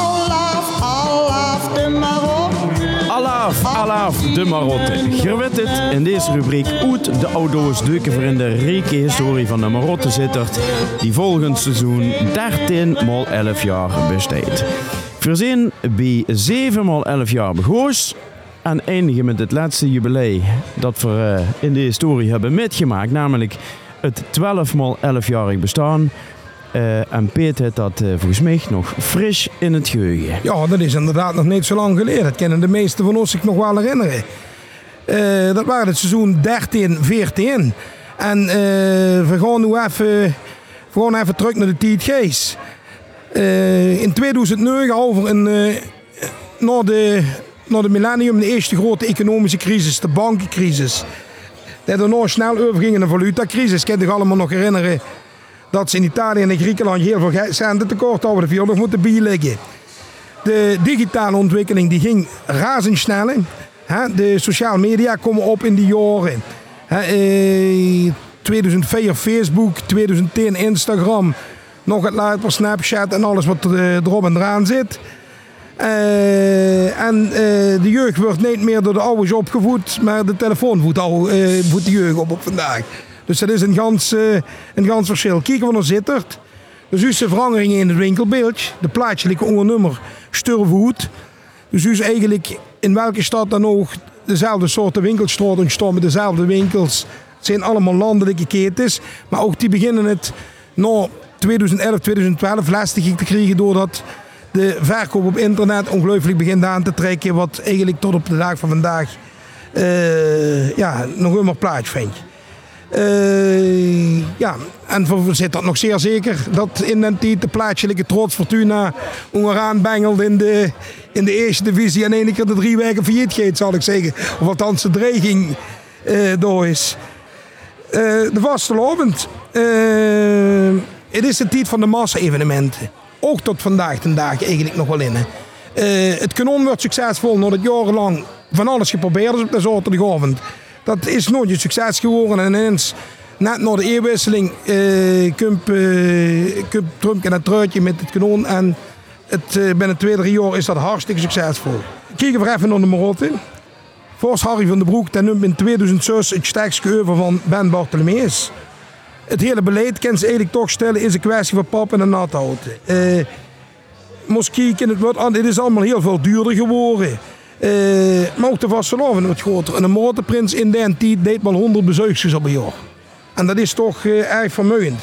Alaaf de Marotte. Je weet het, in deze rubriek uit de oudo's duiken voor in de rijke historie van de Marotte zittert, die volgend seizoen 13 x 11 jaar bestaat. Verzin bij 7 x 11 jaar begoos en eindigen met het laatste jubileum dat we in de historie hebben metgemaakt, namelijk het 12 x 11-jarig bestaan. En Peet heeft dat volgens mij nog fris in het geheugen. Ja, dat is inderdaad nog niet zo lang geleden. Dat kennen de meesten van ons zich nog wel herinneren. Dat waren het seizoen 13-14. En we gaan nu even terug naar de tijd geest. In 2009 na de millennium, de eerste grote economische crisis, de bankencrisis. Dat er nog snel overging in de valutacrisis. Ik kan je allemaal nog herinneren dat ze in Italië en in Griekenland heel veel centen tekort hadden, de veel nog moeten bijleggen. De digitale ontwikkeling die ging razendsnel. De sociale media komen op in die jaren. 2004 Facebook, 2010 Instagram, nog het later Snapchat en alles wat erop en eraan zit. De jeugd wordt niet meer door de ouders opgevoed, maar de telefoon voedt de jeugd op vandaag. Dus dat is een gans verschil. Kijken we naar Zittert. Dus u is de verandering in het winkelbeeld. De plaatje ligt onder nummer Sturvoet. Dus u is eigenlijk in welke stad dan ook dezelfde soorten winkelstraat ontstaan met dezelfde winkels. Het zijn allemaal landelijke ketens. Maar ook die beginnen het na 2011, 2012 lastig te krijgen doordat de verkoop op internet ongelooflijk begint aan te trekken. Wat eigenlijk tot op de dag van vandaag nog helemaal plaatsvindt. En we zitten dat nog zeer zeker dat in den tijd de plaatselijke Trots Fortuna onderaan bengelt in de eerste divisie en één keer de 3 weken failliet gaat, zal ik zeggen. Of althans de dreiging door is. De vastelovend. Het is de tijd van de massa-evenementen. Ook tot vandaag ten dag eigenlijk nog wel in. Het kanon wordt succesvol nadat jarenlang van alles geprobeerd is op de zaterdagavond. Dat is nooit een succes geworden en ineens, net na de eerwisseling, komt Trump en het truitje met het kanon en binnen 2-3 jaar is dat hartstikke succesvol. Kijken we even naar de Marotte. Volgens Harry van den Broek ten nummer in 2006 het sterkste over van Ben Bartholomeus. Het hele beleid kan ze eigenlijk toch stellen is een kwestie van pap en nat houden. Moskee, het is allemaal heel veel duurder geworden. Maar ook de vastelovend wordt groter. En de Marotteprins in die tijd deed wel 100 bezoekjes op een jaar. En dat is toch erg vermoeiend.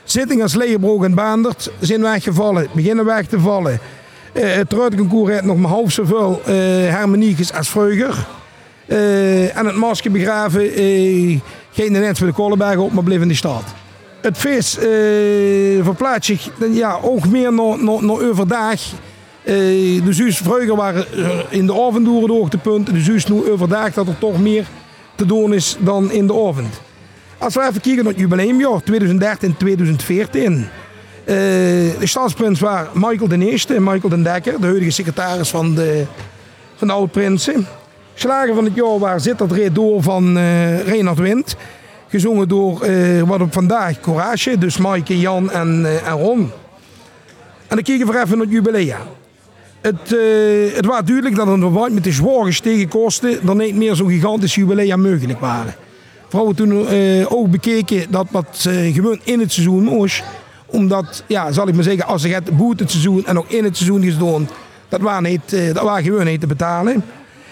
Zitting als Leerbroek en Baandert zijn weggevallen, beginnen weg te vallen. Het Ruitenconcours heeft nog maar half zoveel harmoniekes als vroeger. En het Masker begraven ging er net voor de Kolenberg op, maar bleef in de stad. Het feest verplaatst zich ook meer naar overdag. Dus juist vroeger waren in de avonduren de hoogtepunten. Dus juist nu overdag dat er toch meer te doen is dan in de avond. Als we even kijken naar het jubileumjaar 2013-2014. De stadsprins was Michael de Eerste, Michael den Dekker, de huidige secretaris van de oud-prinsen. Slager van het jaar was Zit dat reed door van Reinhard Wind. Gezongen door wat op vandaag Courage, dus Maaike, Jan en Ron. En dan kijken we even naar het jubileum. Het was duidelijk dat een verband met de zwaar gestegen kosten er niet meer zo'n gigantisch jubileum mogelijk waren. Vooral toen ook bekeken dat wat gewoon in het seizoen moest. Omdat, zal ik maar zeggen, als je het buiten het seizoen en ook in het seizoen is doen, dat was gewoon niet te betalen.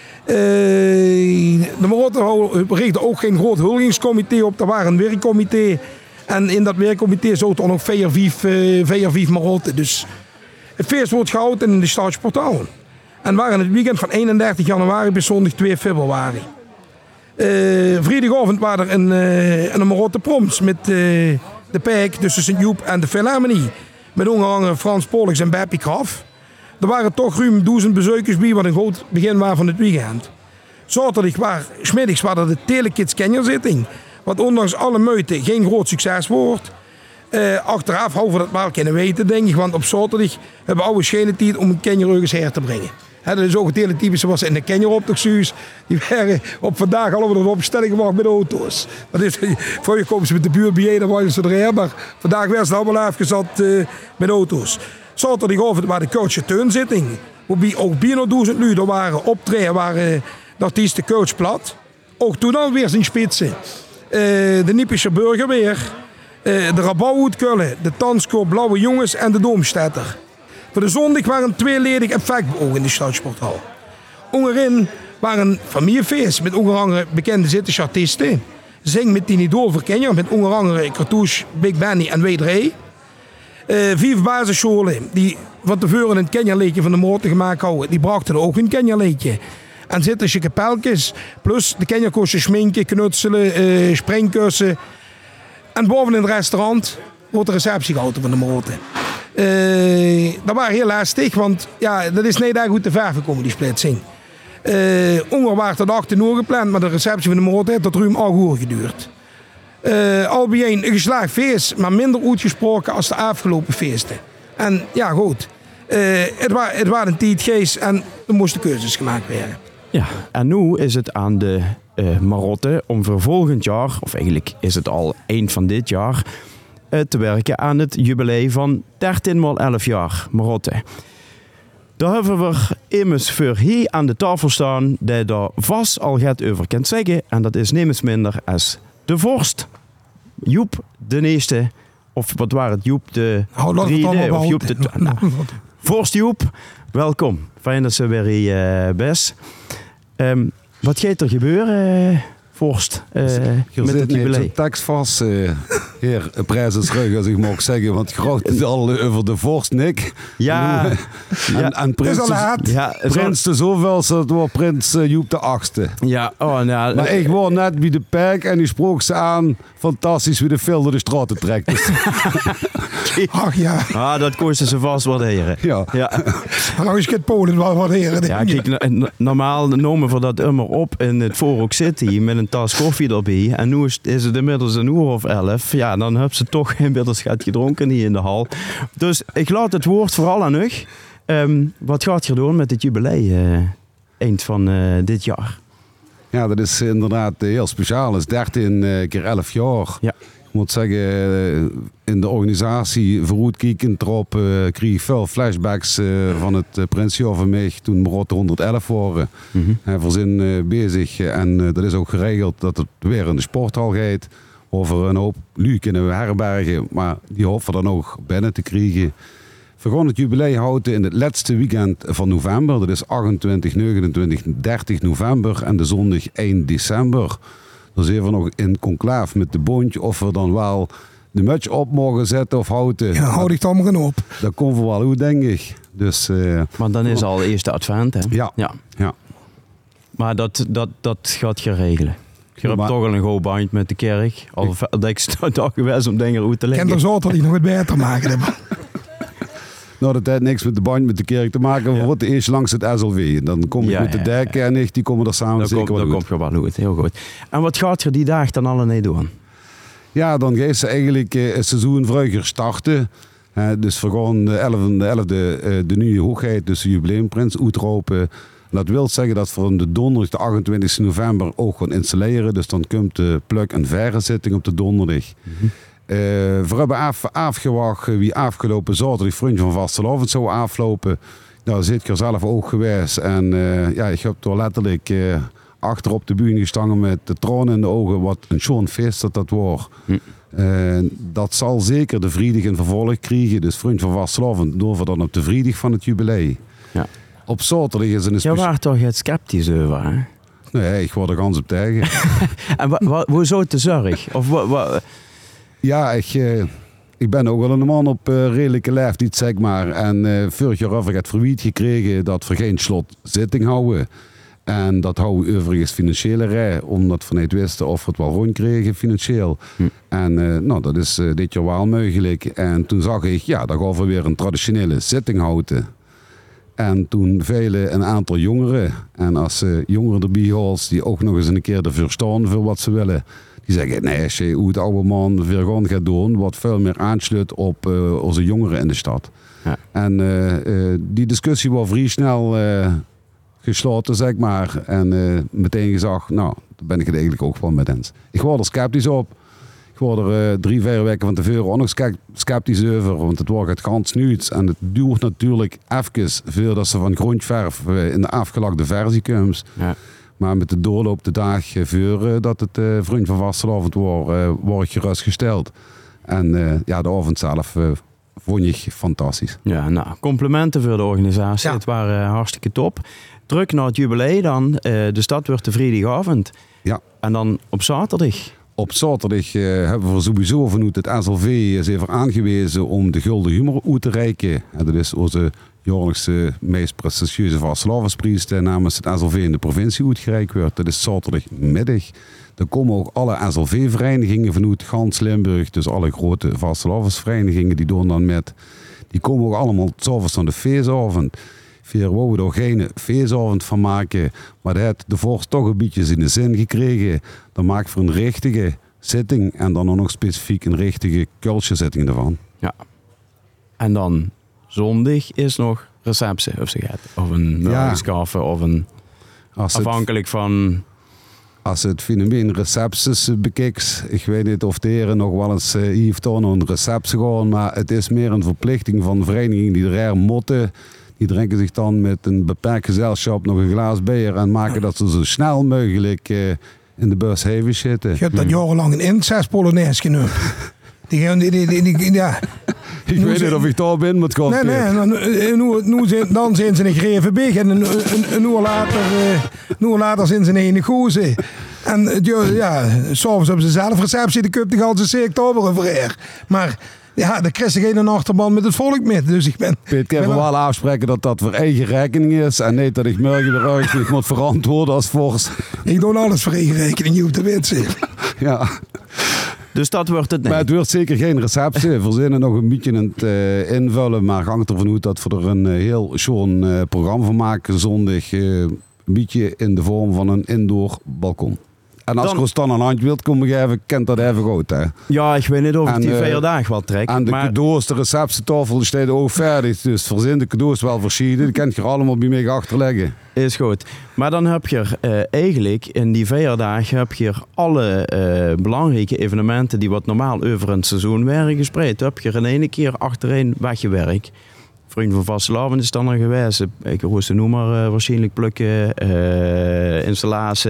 De Marotte richtte ook geen groot huldigingscomité op, dat was een werkcomité. En in dat werkcomité zaten er nog 4 Marotten. Dus het feest wordt gehouden in de Stadsportaal. En waren het weekend van 31 januari bis zondag 2 februari. Vrijdagavond was er een Marotte proms met de Pijk tussen Sint-Joep en de Philharmonie. Met onder andere Frans Polix en Beppie Graf. Er waren toch ruim 1000 bezoekers bij, wat een groot begin was van het weekend. Zaterdag smiddags was er de Telekids Kenjerzitting. Wat ondanks alle meuten geen groot succes wordt. Achteraf houden we dat wel kunnen weten, denk ik. Want op zaterdag hebben we oude schenen tijd om een Kenjer ergens her te brengen. Dat is ook het hele typische zoals in de Kenjer optochtsuurs. Die waren op vandaag al over de opstelling gemaakt met auto's. Dat is, vroeger komen ze met de buurt bij dan waren ze er, maar vandaag werden ze allemaal afgezet met auto's. Zaterdagavond was de Coach Teunzitting. Waarbij ook bijna 1000 lui waren optreden, waren de artiesten Coach Plat. Ook toen alweer zijn spitsen. De Nippische Burgerweer, de Rabouwhoedkullen, de Tanskoor Blauwe Jongens en de Doomstetter. Voor de zondag waren een tweeledig effect in de Stadsporthal. Onderin waren een familiefeest met onder andere bekende Zittische artiesten. Zing met die idool voor Kenja met onder andere Cartouche, Big Benny en W3. 5 basisscholen die van tevoren een Kenja-leedje van de Marotte gemaakt hadden, die brachten er ook een Kenja-leedje. En Zittische kapeltjes, plus de Kenja-kosten schminken, knutselen, springkussen. En boven in het restaurant wordt de receptie gehouden van de Marotte. Dat was heel lastig, want dat is niet daar goed te verven komen, die splitsing. Ongeveer waren tot 18 uur gepland, maar de receptie van de Marotte heeft tot ruim 8 uur geduurd. Al bijeen een geslaagd feest, maar minder uitgesproken als de afgelopen feesten. En ja, goed. Het was een tijdgeest en er moesten keuzes gemaakt worden. Ja, en nu is het aan de Marotte om voor volgend jaar, of eigenlijk is het al eind van dit jaar, te werken aan het jubileum van 13x11 jaar Marotte. Daar hebben we immers voor hier aan de tafel staan die daar vast al gaat over kent zeggen. En dat is niemand minder als de vorst. Joep de Eerste, of wat waren het, Joep de Driede, of Joep de... Vorst Joep, welkom. Fijn dat ze weer hier best. Wat gaat er gebeuren, vorst, met het jubileum? Tekst vast, heer prijs is terug als ik mag zeggen, want groot is al over de vorst, Nick. Ja. En prins de zoveelste, het was prins Joep de 8e. Ja, maar ik was net bij de Pijk en die sprak ze aan, fantastisch wie de veel door de straten trekt. Dus. Ach ja. Ah, dat kosten ze vast waarderen. Ja. En nou is het Polen wel waarderen. Ja, kijk, normaal noemen we dat immer op in het Forok City met een tas koffie erbij. En nu is het inmiddels 11:00. Ja, dan hebben ze toch inmiddels gaat gedronken hier in de hal. Dus ik laat het woord vooral aan u. Wat gaat je doen met het jubileum eind van dit jaar? Ja, dat is inderdaad heel speciaal. Het is 13 keer 11 jaar. Ja. Ik moet zeggen, in de organisatie vooruitkijkend erop kreeg ik veel flashbacks van het prinsjaar van mij toen Marotte 111 waren. We zijn bezig en dat is ook geregeld dat het weer in de sporthal gaat. Over een hoop lui kunnen we herbergen, maar die hopen we dan ook binnen te krijgen. We gaan het jubileum houden in het laatste weekend van november. Dat is 28, 29, 30 november en de zondag 1 december. Dan zijn we nog in conclave met de bondje of we dan wel de muts op mogen zetten of houden. Ja, houd ik dan maar op. Dat komt voor wel goed, denk ik. Dus, maar dan is al eerste advent, hè? Ja. Maar dat gaat je regelen. Je hebt toch al een goed band met de kerk. Al dat ik toch geweest om dingen uit te leggen. En er zou toch nog wat beter maken. Nou, dat heeft niks met de band met de kerk te maken. We worden eerst langs het SLV. Dan kom ik met de dekken en die komen er samen dan zeker wel goed. Dat komt wel goed, heel goed. En wat gaat je die dag dan allemaal doen? Ja, dan gaat ze eigenlijk het seizoen vroeger starten. Dus we gaan de 11e de nieuwe hoogheid, dus de jubileumprins, uitroepen. Dat wil zeggen dat we de donderdag, de 28 november, ook gaan installeren. Dus dan komt de pluk- en verrenzitting op de donderdag. We hebben afgewacht wie afgelopen zaterdag vriend van Vastelovend zou aflopen. Daar zit ik er zelf ook geweest. En ik heb er letterlijk achter op de bühne gestangen met de tranen in de ogen. Wat een schoon feest dat wordt. Dat zal zeker de vrijdag in vervolg krijgen. Dus vriend van Vastelovend doen we dan op de vrijdag van het jubileum. Ja. Op zaterdag is een Je was toch het sceptisch over, hè? Nee, ik word er gans op tegen. En hoe zou het de zorg? Of Ja, ik ben ook wel een man op redelijke leeftijd, zeg maar. En vorig jaar heb ik het verwijt gekregen dat we geen slotzitting houden. En dat houden we overigens financiële rij, omdat we niet wisten of we het wel rondkregen financieel. En dat is dit jaar wel mogelijk. En toen zag ik, dan gaan we weer een traditionele zitting houden. En toen velen een aantal jongeren, en als jongeren erbij hoort die ook nog eens een keer ervoor staan voor wat ze willen, die zeggen, nee, als je hoe het oude man weer gewoon gaat doen, wat veel meer aansluit op onze jongeren in de stad. Ja. En die discussie was vrij snel gesloten, zeg maar. En meteen gezegd, nou, daar ben ik het eigenlijk ook wel met eens. Ik word er sceptisch op. Ik word er 3-4 weken van tevoren ook nog sceptisch over, want het wordt het gans nieuws. En het duurt natuurlijk even voordat ze van grondverf in de afgelakte versie komt. Ja. Maar met de doorloop de dag voor dat het vriend van Vastelovend wordt gerustgesteld. En de avond zelf vond ik fantastisch. Ja, nou, complimenten voor de organisatie. Ja. Het waren hartstikke top. Terug naar het jubileum dan. De stad wordt de vrijdagavond. Ja. En dan op zaterdag. Op zaterdag hebben we sowieso vanuit het SLV is even aangewezen om de Gulden Humor uit te reiken. Dat is onze jaarlijkse meest prestigieuze Vastelovensprijs namens het SLV in de provincie uitgereikt wordt. Dat is zaterdagmiddag. Dan komen ook alle SLV-verenigingen vanuit gans Limburg, dus alle grote Vastelovensverenigingen die doen dan met. Die komen ook allemaal s'avonds aan de feestavond. We wouden er geen feestavond van maken, maar dat heeft de vorst toch een beetje in de zin gekregen. Dan maak voor een richtige zitting en dan ook nog specifiek een richtige culture-zitting ervan. Ja. En dan zondag is nog receptie, of zo gaat. Of een morgenskaffe, of een afhankelijk van. Als het fenomeen recepties bekijkt, ik weet niet of de heren nog wel eens hier naar een receptie gaan, maar het is meer een verplichting van de verenigingen die er moeten. Die drinken zich dan met een beperkt gezelschap nog een glaas bier en maken dat ze zo snel mogelijk in de bus heen zitten. Je hebt dat jarenlang een incest Polonaise genoemd. Ja. Ik weet niet of ik daar ben, maar het gaat. Dan zijn ze een GVB en een uur later zijn ze een ene gozer. En s'avonds hebben ze zelf receptie, de cup die gaan ze sector over. Maar ja, daar krijg je geen achterban met het volk met. Dus ik ben. Piet, ik heb wel afspreken dat dat voor eigen rekening is. En niet dat ik morgen de ruimte moet verantwoorden als vorst. Ik doe alles voor eigen rekening, je hoeft te weten. Ja. Dus dat wordt het niet. Maar het wordt zeker geen receptie. We verzinnen nog een beetje aan het invullen. Maar hangt ervan uit dat we er een heel schoon programma van maken zondag. Een beetje in de vorm van een indoor balkon. En als je dan een handje wilt komen geven, kent dat even goed. Hè? Ja, ik weet niet of ik die 4 dagen wel trek. En de cadeaus, de receptietafel staat ook verdig. Dus verzin de cadeaus wel verschillend. Die kan je allemaal bij mij achterleggen. Is goed. Maar dan heb je eigenlijk in die 4 dagen heb je alle belangrijke evenementen die wat normaal over een seizoen werden gespreid. Heb je in één keer achterin weggewerkt. Vriend van Vastelovend is dan er geweest. Ik hoor ze noemen waarschijnlijk plukken, installatie.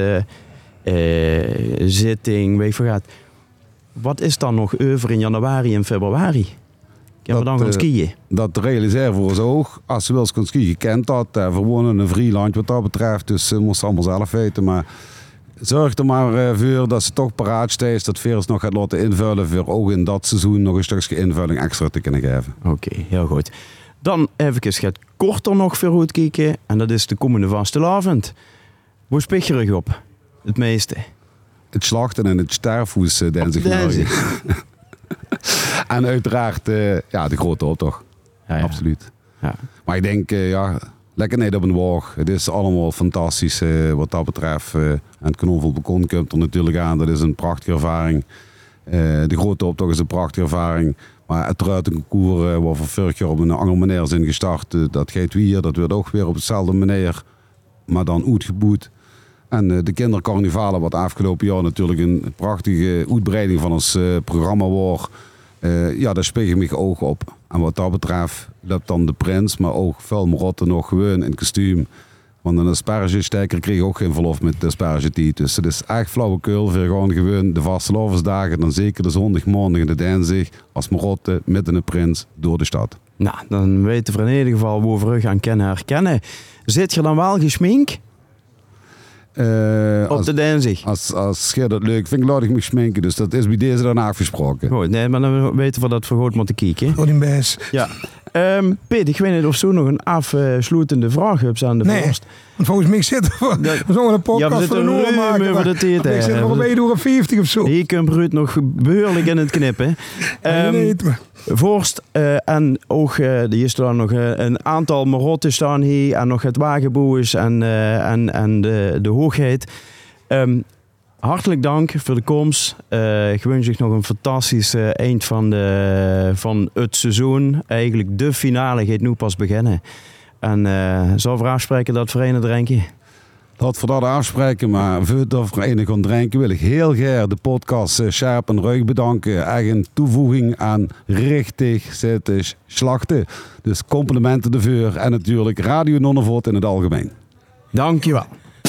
Zitting, weet je wat. Wat is dan nog over in januari en februari? Kunnen we dan gaan skiën? Dat realiseren voor ons ook. Als ze wel eens skiën, kent dat. We wonen een vrij land wat dat betreft, dus ze moesten allemaal zelf weten. Maar zorg er maar voor dat ze toch paraat steeds dat Veers nog gaat laten invullen voor ook in dat seizoen nog een stukje invulling extra te kunnen geven. Oké, heel goed. Dan even het korter nog vooruit kijken en dat is de komende vastelavond. Hoe spik je er op? Het meeste? Het slachten en het sterfhoes dinsdag. En uiteraard de grote optocht. Ja. Absoluut. Ja. Maar ik denk, lekker niet op een waag. Het is allemaal fantastisch wat dat betreft. En het Kanon van het Balkon komt er natuurlijk aan. Dat is een prachtige ervaring. De grote optocht is een prachtige ervaring. Maar het ruitenconcours, waar we vorig jaar op een andere manier zijn gestart, dat gaat weer. Dat wordt ook weer op dezelfde manier, maar dan uitgeboet. En de kindercarnivalen, wat afgelopen jaar natuurlijk een prachtige uitbreiding van ons programma was. Daar spiegel ik oog op. En wat dat betreft loopt dan de prins, maar ook veel Marotten nog gewoon in kostuum. Want een aspergesteker kreeg ook geen verlof met de aspergetiet. Dus het is echt flauwekul. We gaan gewoon de vastelavondsdagen, dan zeker de zondag, maandag en de dinsdag, als Marotten met een prins door de stad. Nou, dan weten we in ieder geval hoe we gaan herkennen. Zit je dan wel geschminkt? Op de dinsdag. Als je dat leuk vindt, laat ik me schminken. Dus dat is bij deze dan afgesproken. Goed, nee, maar dan weten we dat we goed moeten kijken. Goed in bes. Ja. Peter, ik weet niet of zo nog een afsluitende vraag hebt aan de vorst. Want volgens mij zitten we zo'n een podcast van de oren maken. Over de tijd. Ik zit nog een door een 50 of zo. Hier komt Ruud nog behoorlijk in het knippen. Vorst en ook hier staan nog een aantal Marotten staan hier en nog het wagenboers en de hoogheid. Hartelijk dank voor de komst. Ik wens je nog een fantastisch eind van het seizoen. Eigenlijk de finale gaat nu pas beginnen. En zal we afspreken dat verenigd drinken? Dat we dat afspreken, maar voordat we verenigd gaan drinken wil ik heel graag de podcast Scherp en Ruig bedanken. Echt een toevoeging aan richtig zitten slachten. Dus complimenten ervoor en natuurlijk Radio Nonnenvoort in het algemeen. Dankjewel.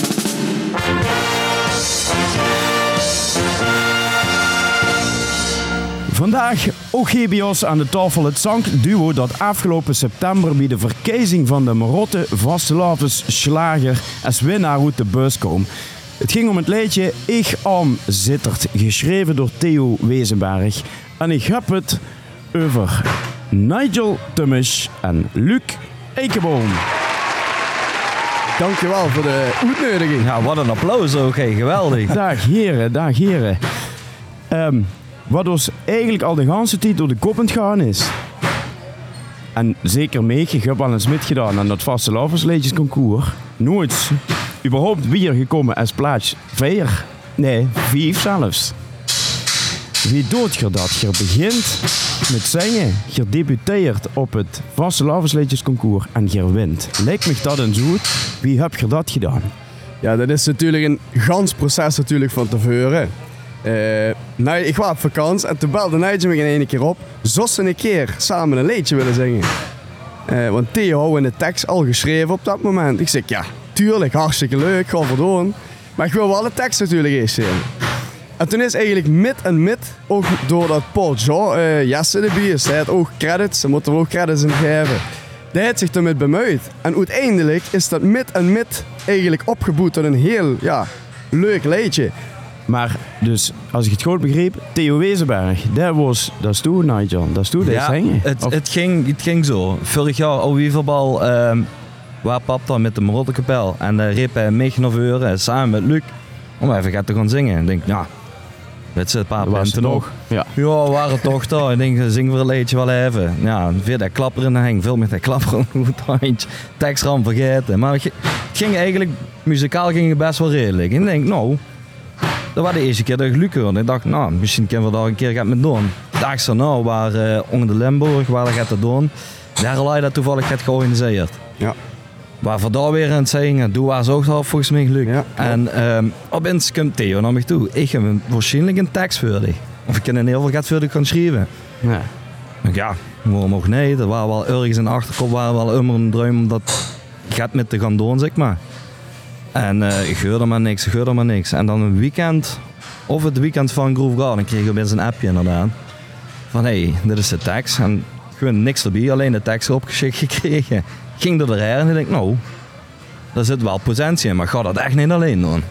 Vandaag ook GBO's aan de tafel het zangduo dat afgelopen september bij de verkiezing van de Marotte Vastelavens Slager als winnaar uit de bus kwam. Het ging om het liedje Ich Arm Zittert, geschreven door Theo Wezenberg. En ik heb het over Nigel Tummisch en Luc Eikeboom. Dankjewel voor de uitnodiging. Ja, wat een applaus ook, hey, geweldig. Dag heren. Wat ons eigenlijk al de ganse tijd door de kop aan het gaan is. En zeker Meeg, ik heb wel eens metgedaan aan dat vastelavondsliedjesconcours. Nooit überhaupt weer gekomen als plaats 4. Nee, 5 zelfs. Wie doet je dat? Je begint met zingen, je debuteert op het vastelavondsliedjesconcours en je wint. Lijkt me dat een zoet. Wie heb je dat gedaan? Ja, dat is natuurlijk een gans proces natuurlijk van tevoren. Ik was op vakantie en toen belde Nigel me in één keer op. Zou ze een keer samen een liedje willen zingen? Want Theo had in de tekst al geschreven op dat moment. Ik zeg ja, tuurlijk, hartstikke leuk, ga verdoen. Maar ik wil wel de tekst natuurlijk eens zien. En toen is eigenlijk mid, ook doordat Paul Jesse de bier zei het ook credits, ze moeten er ook credits in geven. Die heeft zich ermee bemoeid. En uiteindelijk is dat mid eigenlijk opgebouwd tot een heel leuk liedje. Maar dus, als ik het goed begreep, Theo Wezenberg, dat is toen Nigel, dat is toen deze zingen. Het ging zo. Vorig jaar al wieverbal waar pap dan met de Marottenkapel en riep hij mij naar voren samen met Luc om even te gaan zingen. Ik denk, weet je, een paar punten nog. Ja, we waren toch daar. Ik denk, zing voor een liedje wel even. Ja, veel dat klapper in de hang, veel met dat klapper tekstram vergeten. Maar het ging eigenlijk, muzikaal ging het best wel redelijk. Ik denk, dat was de eerste keer dat ik Luc hoorde. Ik dacht, misschien kunnen we daar een keer gaan met doen. De dag erna waar onder de Limburg, waar dat gaat doen. Daar had je dat toevallig georganiseerd. Ja. Waar we daar weer aan het zingen, toen was ook al volgens mij Luc. Ja. En opeens komt Theo naar me toe. Ik heb waarschijnlijk een tekst voor dich. Of ik kan een heel veel gaat voor dich gaan schrijven. Ja. Waarom ook nee? Er waren wel ergens in de achterkop wel immer een droom om dat gaat met te gaan doen, zeg maar. En ik hoorde maar niks. En dan een weekend, of het weekend van Groove Garden, kreeg ik opeens een appje inderdaad. Van dit is de tekst. En gewoon niks erbij, alleen de tekst opgeschikt gekregen. Ik ging er erin en ik denk, daar zit wel potentie in, maar ik ga dat echt niet alleen doen.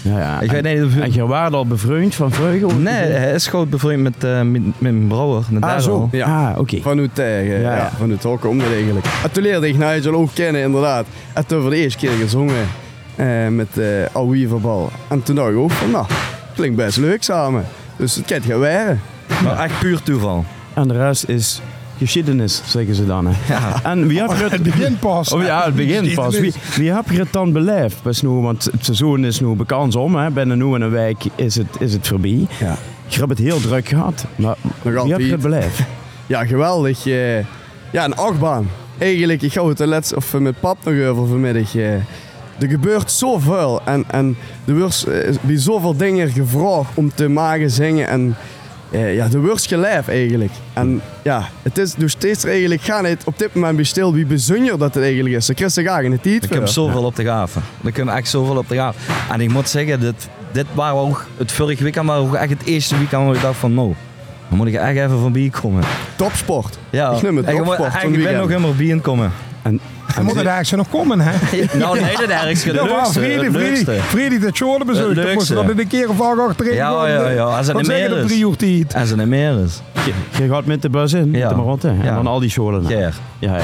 Ja. Ik weet niet en je waren al bevriend van Vreugel? Nee, hij is goed bevriend met mijn broer. Zo. Ja, oké. Vanuit tegen. Ja. Vanuit hokken om eigenlijk. En toen leerde ik Nigel ook kennen, inderdaad. En toen voor de eerste keer gezongen met Au Wieverbal. En toen dacht ik ook van, nou, klinkt best leuk samen. Dus het kan gaan werken. Maar echt puur toeval. En de rest is geschiedenis, zeggen ze dan. Hè. Ja. En wie heb je het begin pas. Het begin pas. Wie heb je het dan beleefd? Want het seizoen is nu bekend om. Hè. Binnen nu een week is het voorbij. Ja. Je hebt het heel druk gehad. Maar wie heb je het beleefd? Ja, geweldig. Ja, een achtbaan. Eigenlijk, ik ga het met pap nog over vanmiddag. Er gebeurt zoveel. En er wordt bij zoveel dingen gevraagd om te mogen zingen. En er wordt geleefd eigenlijk. En ja, het is dus steeds eigenlijk gaan het op dit moment bij stil wie bijzonder dat het eigenlijk is. Ze krijgen graag in de tijd. Ik heb zoveel op de gaven. Ik heb echt zoveel op de gaven. En ik moet zeggen, dit waren ook, het vorige weekend was ook echt het eerste weekend waar ik dacht van nou, dan moet ik echt even van bij komen. Topsport. Ja, ik noem het topsport. Ik ben nog helemaal bij komen. En moet het eigenlijk nog komen, hè? Nou, nee, dat is het leukste. Vredig dat Jordan bezoekt. Dan moest je dat een keer of vaak achterin. Ja. Als het niet meer is. 3 uur tijd. Als het niet meer is. Je gaat met de bus in, met de Marotte. En dan al die scholen. Ja.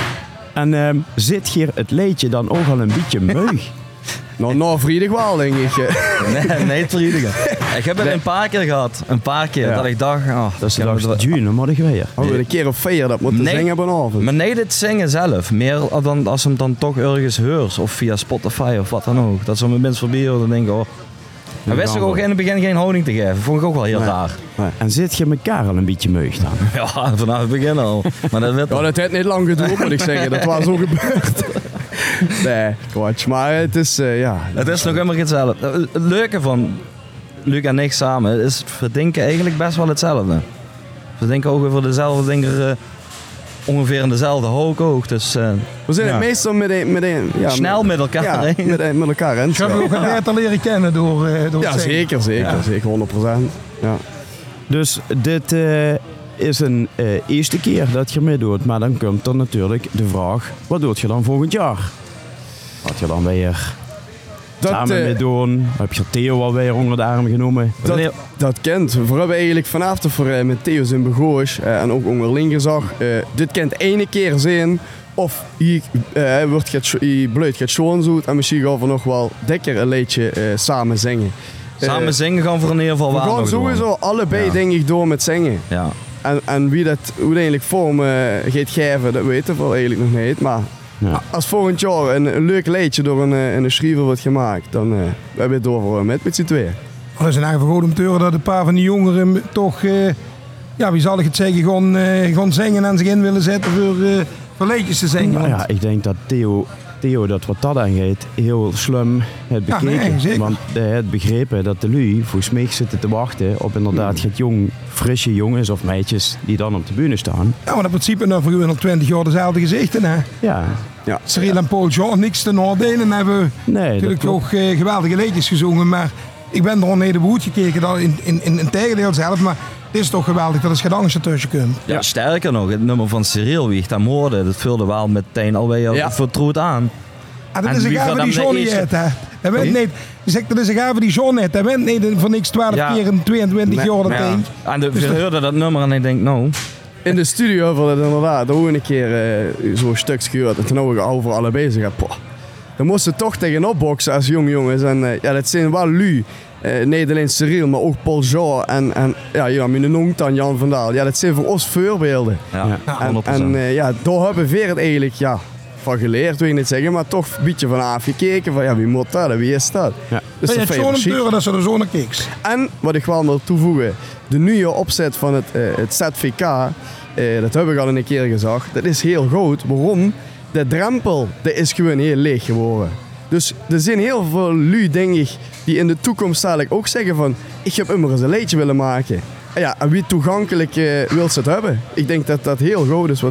En zit hier het leedje dan ook al een beetje meug? Nou, vredig wel, denk ik. Nee, vredig. Ik heb het een paar keer gehad. Een paar keer. Dat ik dacht, dat is de June, dan moet ik weer. Een keer of 4 dat moeten zingen vanavond. Maar nee, dit zingen zelf. Meer dan als ze hem dan toch ergens hoort. Of via Spotify of wat dan ook. Dat ze me mensen voorbij horen en denken, oh. Hij wist ook in het begin geen houding te geven. Vond ik ook wel heel raar. En zit je elkaar al een beetje meug dan? Ja, vanaf het begin al. Maar dat heeft niet lang geduurd, moet ik zeggen. Dat was zo gebeurd. Nee, kwatsch. Maar het is, Het is nog helemaal hetzelfde. Het leuke van Luc en ik samen is, we denken eigenlijk best wel hetzelfde. We denken ook over dezelfde dingen, ongeveer in dezelfde hoek ook. Dus, we zijn het meestal met een snel met elkaar. Ja, met elkaar. En je hebt ook een tijd al leren kennen door ja, zeker, 100%. Ja. Dus dit is een eerste keer dat je meedoet. Maar dan komt er natuurlijk de vraag, wat doet je dan volgend jaar? Wat je dan weer samen meedoen? Heb je Theo alweer onder de arm genomen? Dat kent. We hebben eigenlijk vanavond met Theo zijn begoos en ook onder linkerzag. Dit kent ene keer zijn. Of je blijft gaat schoon zoet en misschien gaan we nog wel dikker een liedje samen zingen. Samen zingen gaan we in ieder geval wel. We gaan sowieso allebei denk ik door met zingen. Ja. En wie dat uiteindelijk vorm gaat geven, dat weten we eigenlijk nog niet. Maar als volgend jaar een leuk liedje door een schrijver wordt gemaakt, dan hebben we het door met z'n tweeën. Het is een eigen goed om te horen dat een paar van die jongeren toch, wie zal ik het zeggen, gewoon zingen en zich in willen zetten voor liedjes te zingen. Nou ja, ik denk dat Theo dat wat dat aangeeft heel slim heeft bekeken. Want hij heeft begrepen dat de lui volgens mij zitten te wachten op inderdaad frisse jongens of meisjes die dan op de bühne staan. Ja, maar in principe nou voor u al 20 jaar dezelfde gezichten, hè? Ja. Cyril en Paul Jean, niks te nadelen, hebben natuurlijk ook geweldige liedjes gezongen, maar ik ben er al naar de boot gekeken, dat in tegendeel zelf, maar het is toch geweldig dat er gedankje tussen kunt. Ja, sterker nog, het nummer van Cyril, wie ik daar moorde, dat vulde wel meteen alweer vertrouwd aan. Ah, dat is een gave die John niet heeft, hè. Dat weet niet. Je zegt, dat is een gave die John heeft. Dat weet niet voor niks 12 keer in 22 jaar dat ding. En we hoorden dat nummer en ik denk, nou... In de studio hebben we het inderdaad ook een keer zo'n stuk gehoord. En toen hebben we over alle bezig. Dan moesten ze toch tegenop boksen als jongens. En dat zijn wel lui. Niet alleen Cyril, maar ook Paul Jean en mijn noemt dan Jan van Daal. Ja, dat zijn voor ons voorbeelden. Ja, 100%. En daar hebben we het eigenlijk van geleerd, wil je niet zeggen, maar toch een beetje van afgekeken van wie moet dat en wie is dat. Ja. Dus dat is zo'n deur dat ze er zo naar kijken. En wat ik wel wil toevoegen, de nieuwe opzet van het ZVK, dat heb ik al een keer gezegd, dat is heel groot. Waarom? De drempel, dat is gewoon heel leeg geworden. Dus er zijn heel veel lui, denk ik, die in de toekomst eigenlijk ook zeggen van, ik heb immer eens een liedje willen maken. En wie toegankelijk wil ze het hebben? Ik denk dat dat heel groot is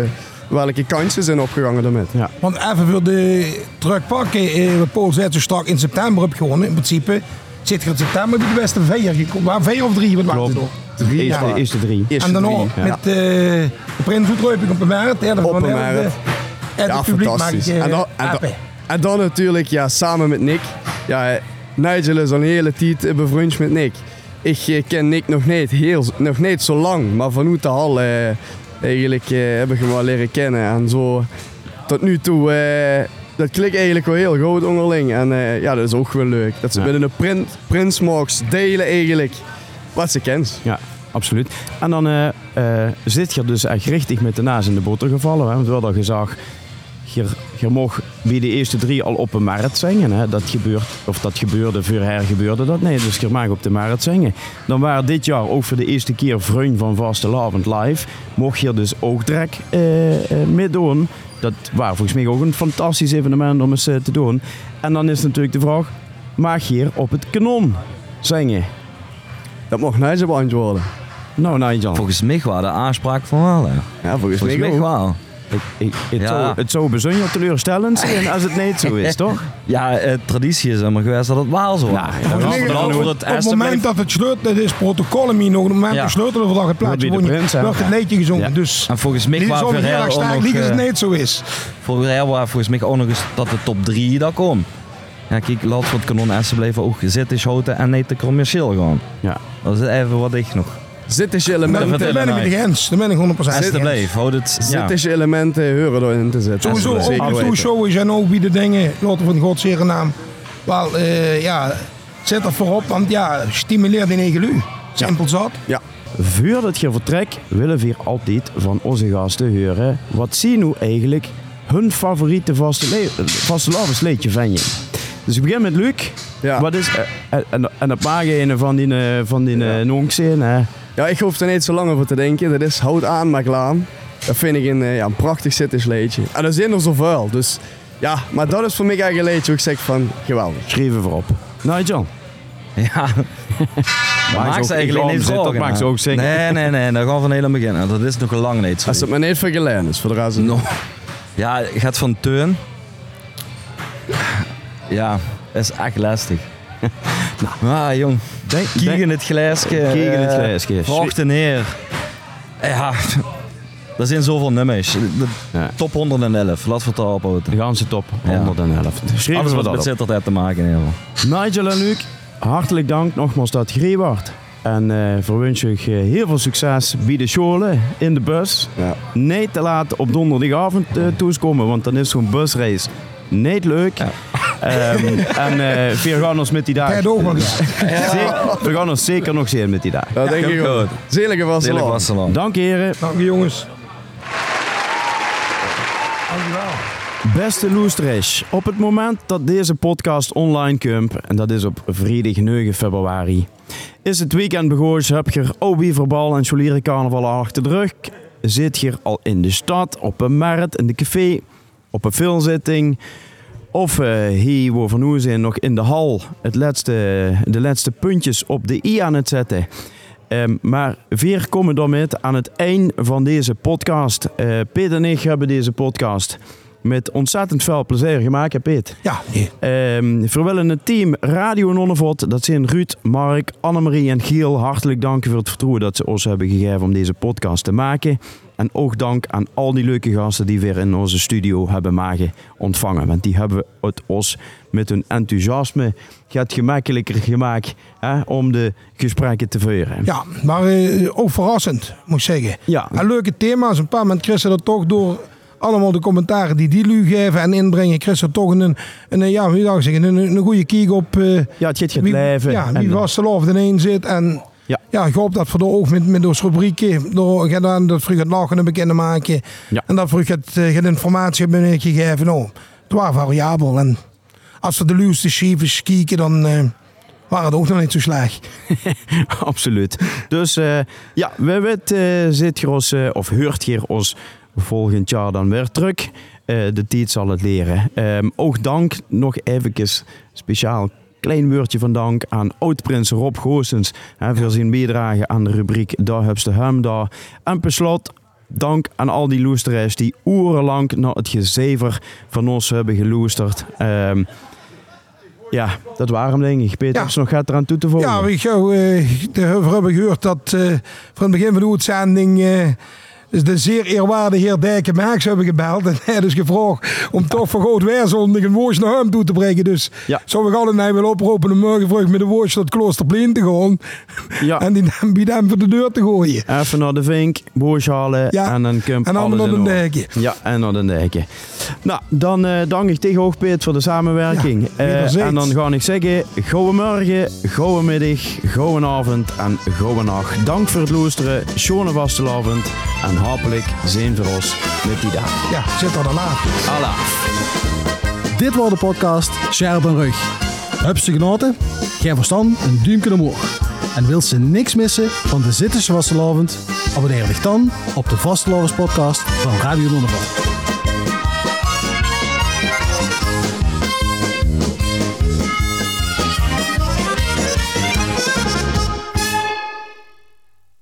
welke kansen zijn opgegangen daarmee. Ja. Want even voor de terugpakken, wat Paul zei, zo strak in september heb gewonnen. In principe zit je in september bij de beste 4 gekomen. Waar 4 of 3? Wat maakt het nog? 3. De eerste 3. En dan nog met de Prins Uitruiping op de Markt. Op de Markt. En het publiek maakt en dan natuurlijk, samen met Nick. Nigel is al een hele tijd bevriend met Nick. Ik ken Nick nog niet zo lang, maar vanuit de hal eigenlijk heb ik hem wel leren kennen. En zo tot nu toe, dat klikt eigenlijk wel heel goed onderling. En ja, dat is ook wel leuk. Dat ze binnen de Prins mogen delen eigenlijk wat ze kent. Ja, absoluut. En dan zit je dus echt richtig met de naast in de boter gevallen. Hè? Want we hadden gezegd, je mocht bij de eerste 3 al op een markt zingen. Hè? Dat gebeurde, voorher gebeurde dat niet. Dus je mag op de markt zingen. Dan waren dit jaar ook voor de eerste keer vriend van Vastelavond live. Mocht je dus ook direct meedoen. Dat was volgens mij ook een fantastisch evenement om eens te doen. En dan is natuurlijk de vraag, mag je hier op het kanon zingen? Dat mag Nigel beantwoorden. Nou, Nigel. Volgens mij was de aanspraak van wel. Hè. Ja, volgens mij wel. Het zou bijzonder teleurstellend zijn als het niet zo is, toch? Ja, traditie is maar geweest dat het wel zo was. Op het moment dat het sleutelen is, protocol nog, op het moment dat sleutelen dat het plaatje wordt het liedje gezongen. Ja. Dus en volgens mij was het heel erg sterk liegen als het niet zo is. Volgens mij ook nog eens dat de top 3 daar komt. Ja, kijk, laat voor het kanon Essen blijven ook zitten schoten en niet te commercieel gaan. Ja. Dat is even wat ik nog. Zittische elementen. Daar ben ik met de grens. Daar ben ik 100% Alsjeblieft, houd het. Zittische elementen horen erin te zetten. Sowieso, ook de toeshows en ook wie de dingen, laten we van Gods Heer naam. Wel, zet er voorop, want stimuleert in eigen lu. Simpel zat. Ja. Voordat je vertrekt, willen we hier altijd van onze gasten horen. Wat zien nu eigenlijk hun favoriete vastelavondsliedje van je? Dus ik begin met Luc. Ja. Wat is, en dat mag een van die nonks in, hè? Ja, ik hoef er niet zo lang over te denken. Dat is Houd aan, maar klaar. Dat vind ik een prachtig zittingsliedje. En er zijn er zoveel. Dus ja, maar dat is voor mij eigenlijk een liedje waar ik zeg van geweldig. Schrijven voorop. Nigel. Ja. Maak ze eigenlijk niet zo. Dat maakt ze ook zingen. Nee, daar gaan we van helemaal beginnen. Dat is nog een lang niet zo. Als het maar niet vergelijken is, voor de rest. No. Ja, je gaat van Teun. Ja, is echt lastig. Nou, jong. Kiegen het glaasje. Wachten neer. Ja, er zijn zoveel nummers. De top 111, laat we het daarop houden. De ganse top 111. Ja. Alles wat met Sittard te maken heeft. Nigel en Luc, hartelijk dank nogmaals dat je hier was. En verwens je heel veel succes bij de scholen in de bus. Ja. Niet te laat op donderdagavond toekomen, want dan is zo'n busrace niet leuk. Ja. En we gaan ons met die dag. We gaan ons zeker nog zien met die dag. Dat denk ik ook. Zelige Vasteland. Dank heren. Dank je jongens. Beste loesters, op het moment dat deze podcast online komt, en dat is op vrijdag 9 februari, is het weekend begonnen, heb je Obi-verbal en Scholierencarnaval carnaval achter de rug. Zit je al in de stad, op een markt, in de café, op een filmzitting, of hier waar van hoe zijn nog in de hal de laatste puntjes op de i aan het zetten. Maar we komen daarmee aan het eind van deze podcast. Peter en ik hebben deze podcast met ontzettend veel plezier gemaakt, hè Peet? Ja. We willen het team Radio Nonnevot, dat zijn Ruud, Mark, Annemarie en Giel, hartelijk danken voor het vertrouwen dat ze ons hebben gegeven om deze podcast te maken. En ook dank aan al die leuke gasten die weer in onze studio hebben mogen ontvangen. Want die hebben het ons met hun enthousiasme gemakkelijker gemaakt om de gesprekken te voeren. Ja, maar ook verrassend, moet ik zeggen. Ja. En leuke thema's. Een paar moment kreeg ze dat toch door allemaal de commentaren die lu geven en inbrengen, kreeg ze toch een goede kijk op het gaat blijven. Ja, wie Vastelavond in één zit. En ja, ik hoop dat we er ook met onze rubrieken dat vroeg het lachen bekend maken. Ja. En dat vroeg het informatie hebben gegeven. Nou, het was variabel. En als we de luwste cijfers kijken, dan waren het ook nog niet zo slecht. Absoluut. Dus we weten, zit je ons, of hoort je ons volgend jaar dan weer terug. De tijd zal het leren. Ook dank nog even speciaal klein woordje van dank aan oud-prins Rob Goossens voor zijn bijdrage aan de rubriek Daar heb je hem daar. En per slot dank aan al die loesteraars die urenlang naar het gezever van ons hebben geloesterd. Ja, dat waren hem denk ik. Peter, nog gaat eraan toe te voegen? Ja, we hebben gehoord dat van het begin van de uitzending Dus de zeer eerwaarde heer Dijken Maaks hebben gebeld. En hij dus gevraagd om toch voor groot weer zondag een woord naar hem toe te brengen. Dus zou ik altijd willen oproepen om morgen vroeg met de woord naar het Kloosterplein te gaan. Ja. En die bij hem voor de deur te gooien. Even naar de Vink, boos halen en dan komt en alles naar in de orde. Dijken. Ja, en naar de Dijken. Nou, dan dank ik tegen Hoogpeet voor de samenwerking. En dan ga ik zeggen, goeie morgen, goeie middag, goeie avond en goeie nacht. Dank voor het luisteren, schone vastelavond en hopelijk zien we ons met die dag. Ja, zit er dan laat. Allah. Dit was de podcast Scherp en Rug. Heb ze genoten? Geef verstand een duimpje omhoog. En wilt ze niks missen van de Zittische Vastelavond? Abonneer je dan op de Vastelavondspodcast van Radio Nonnenvoort.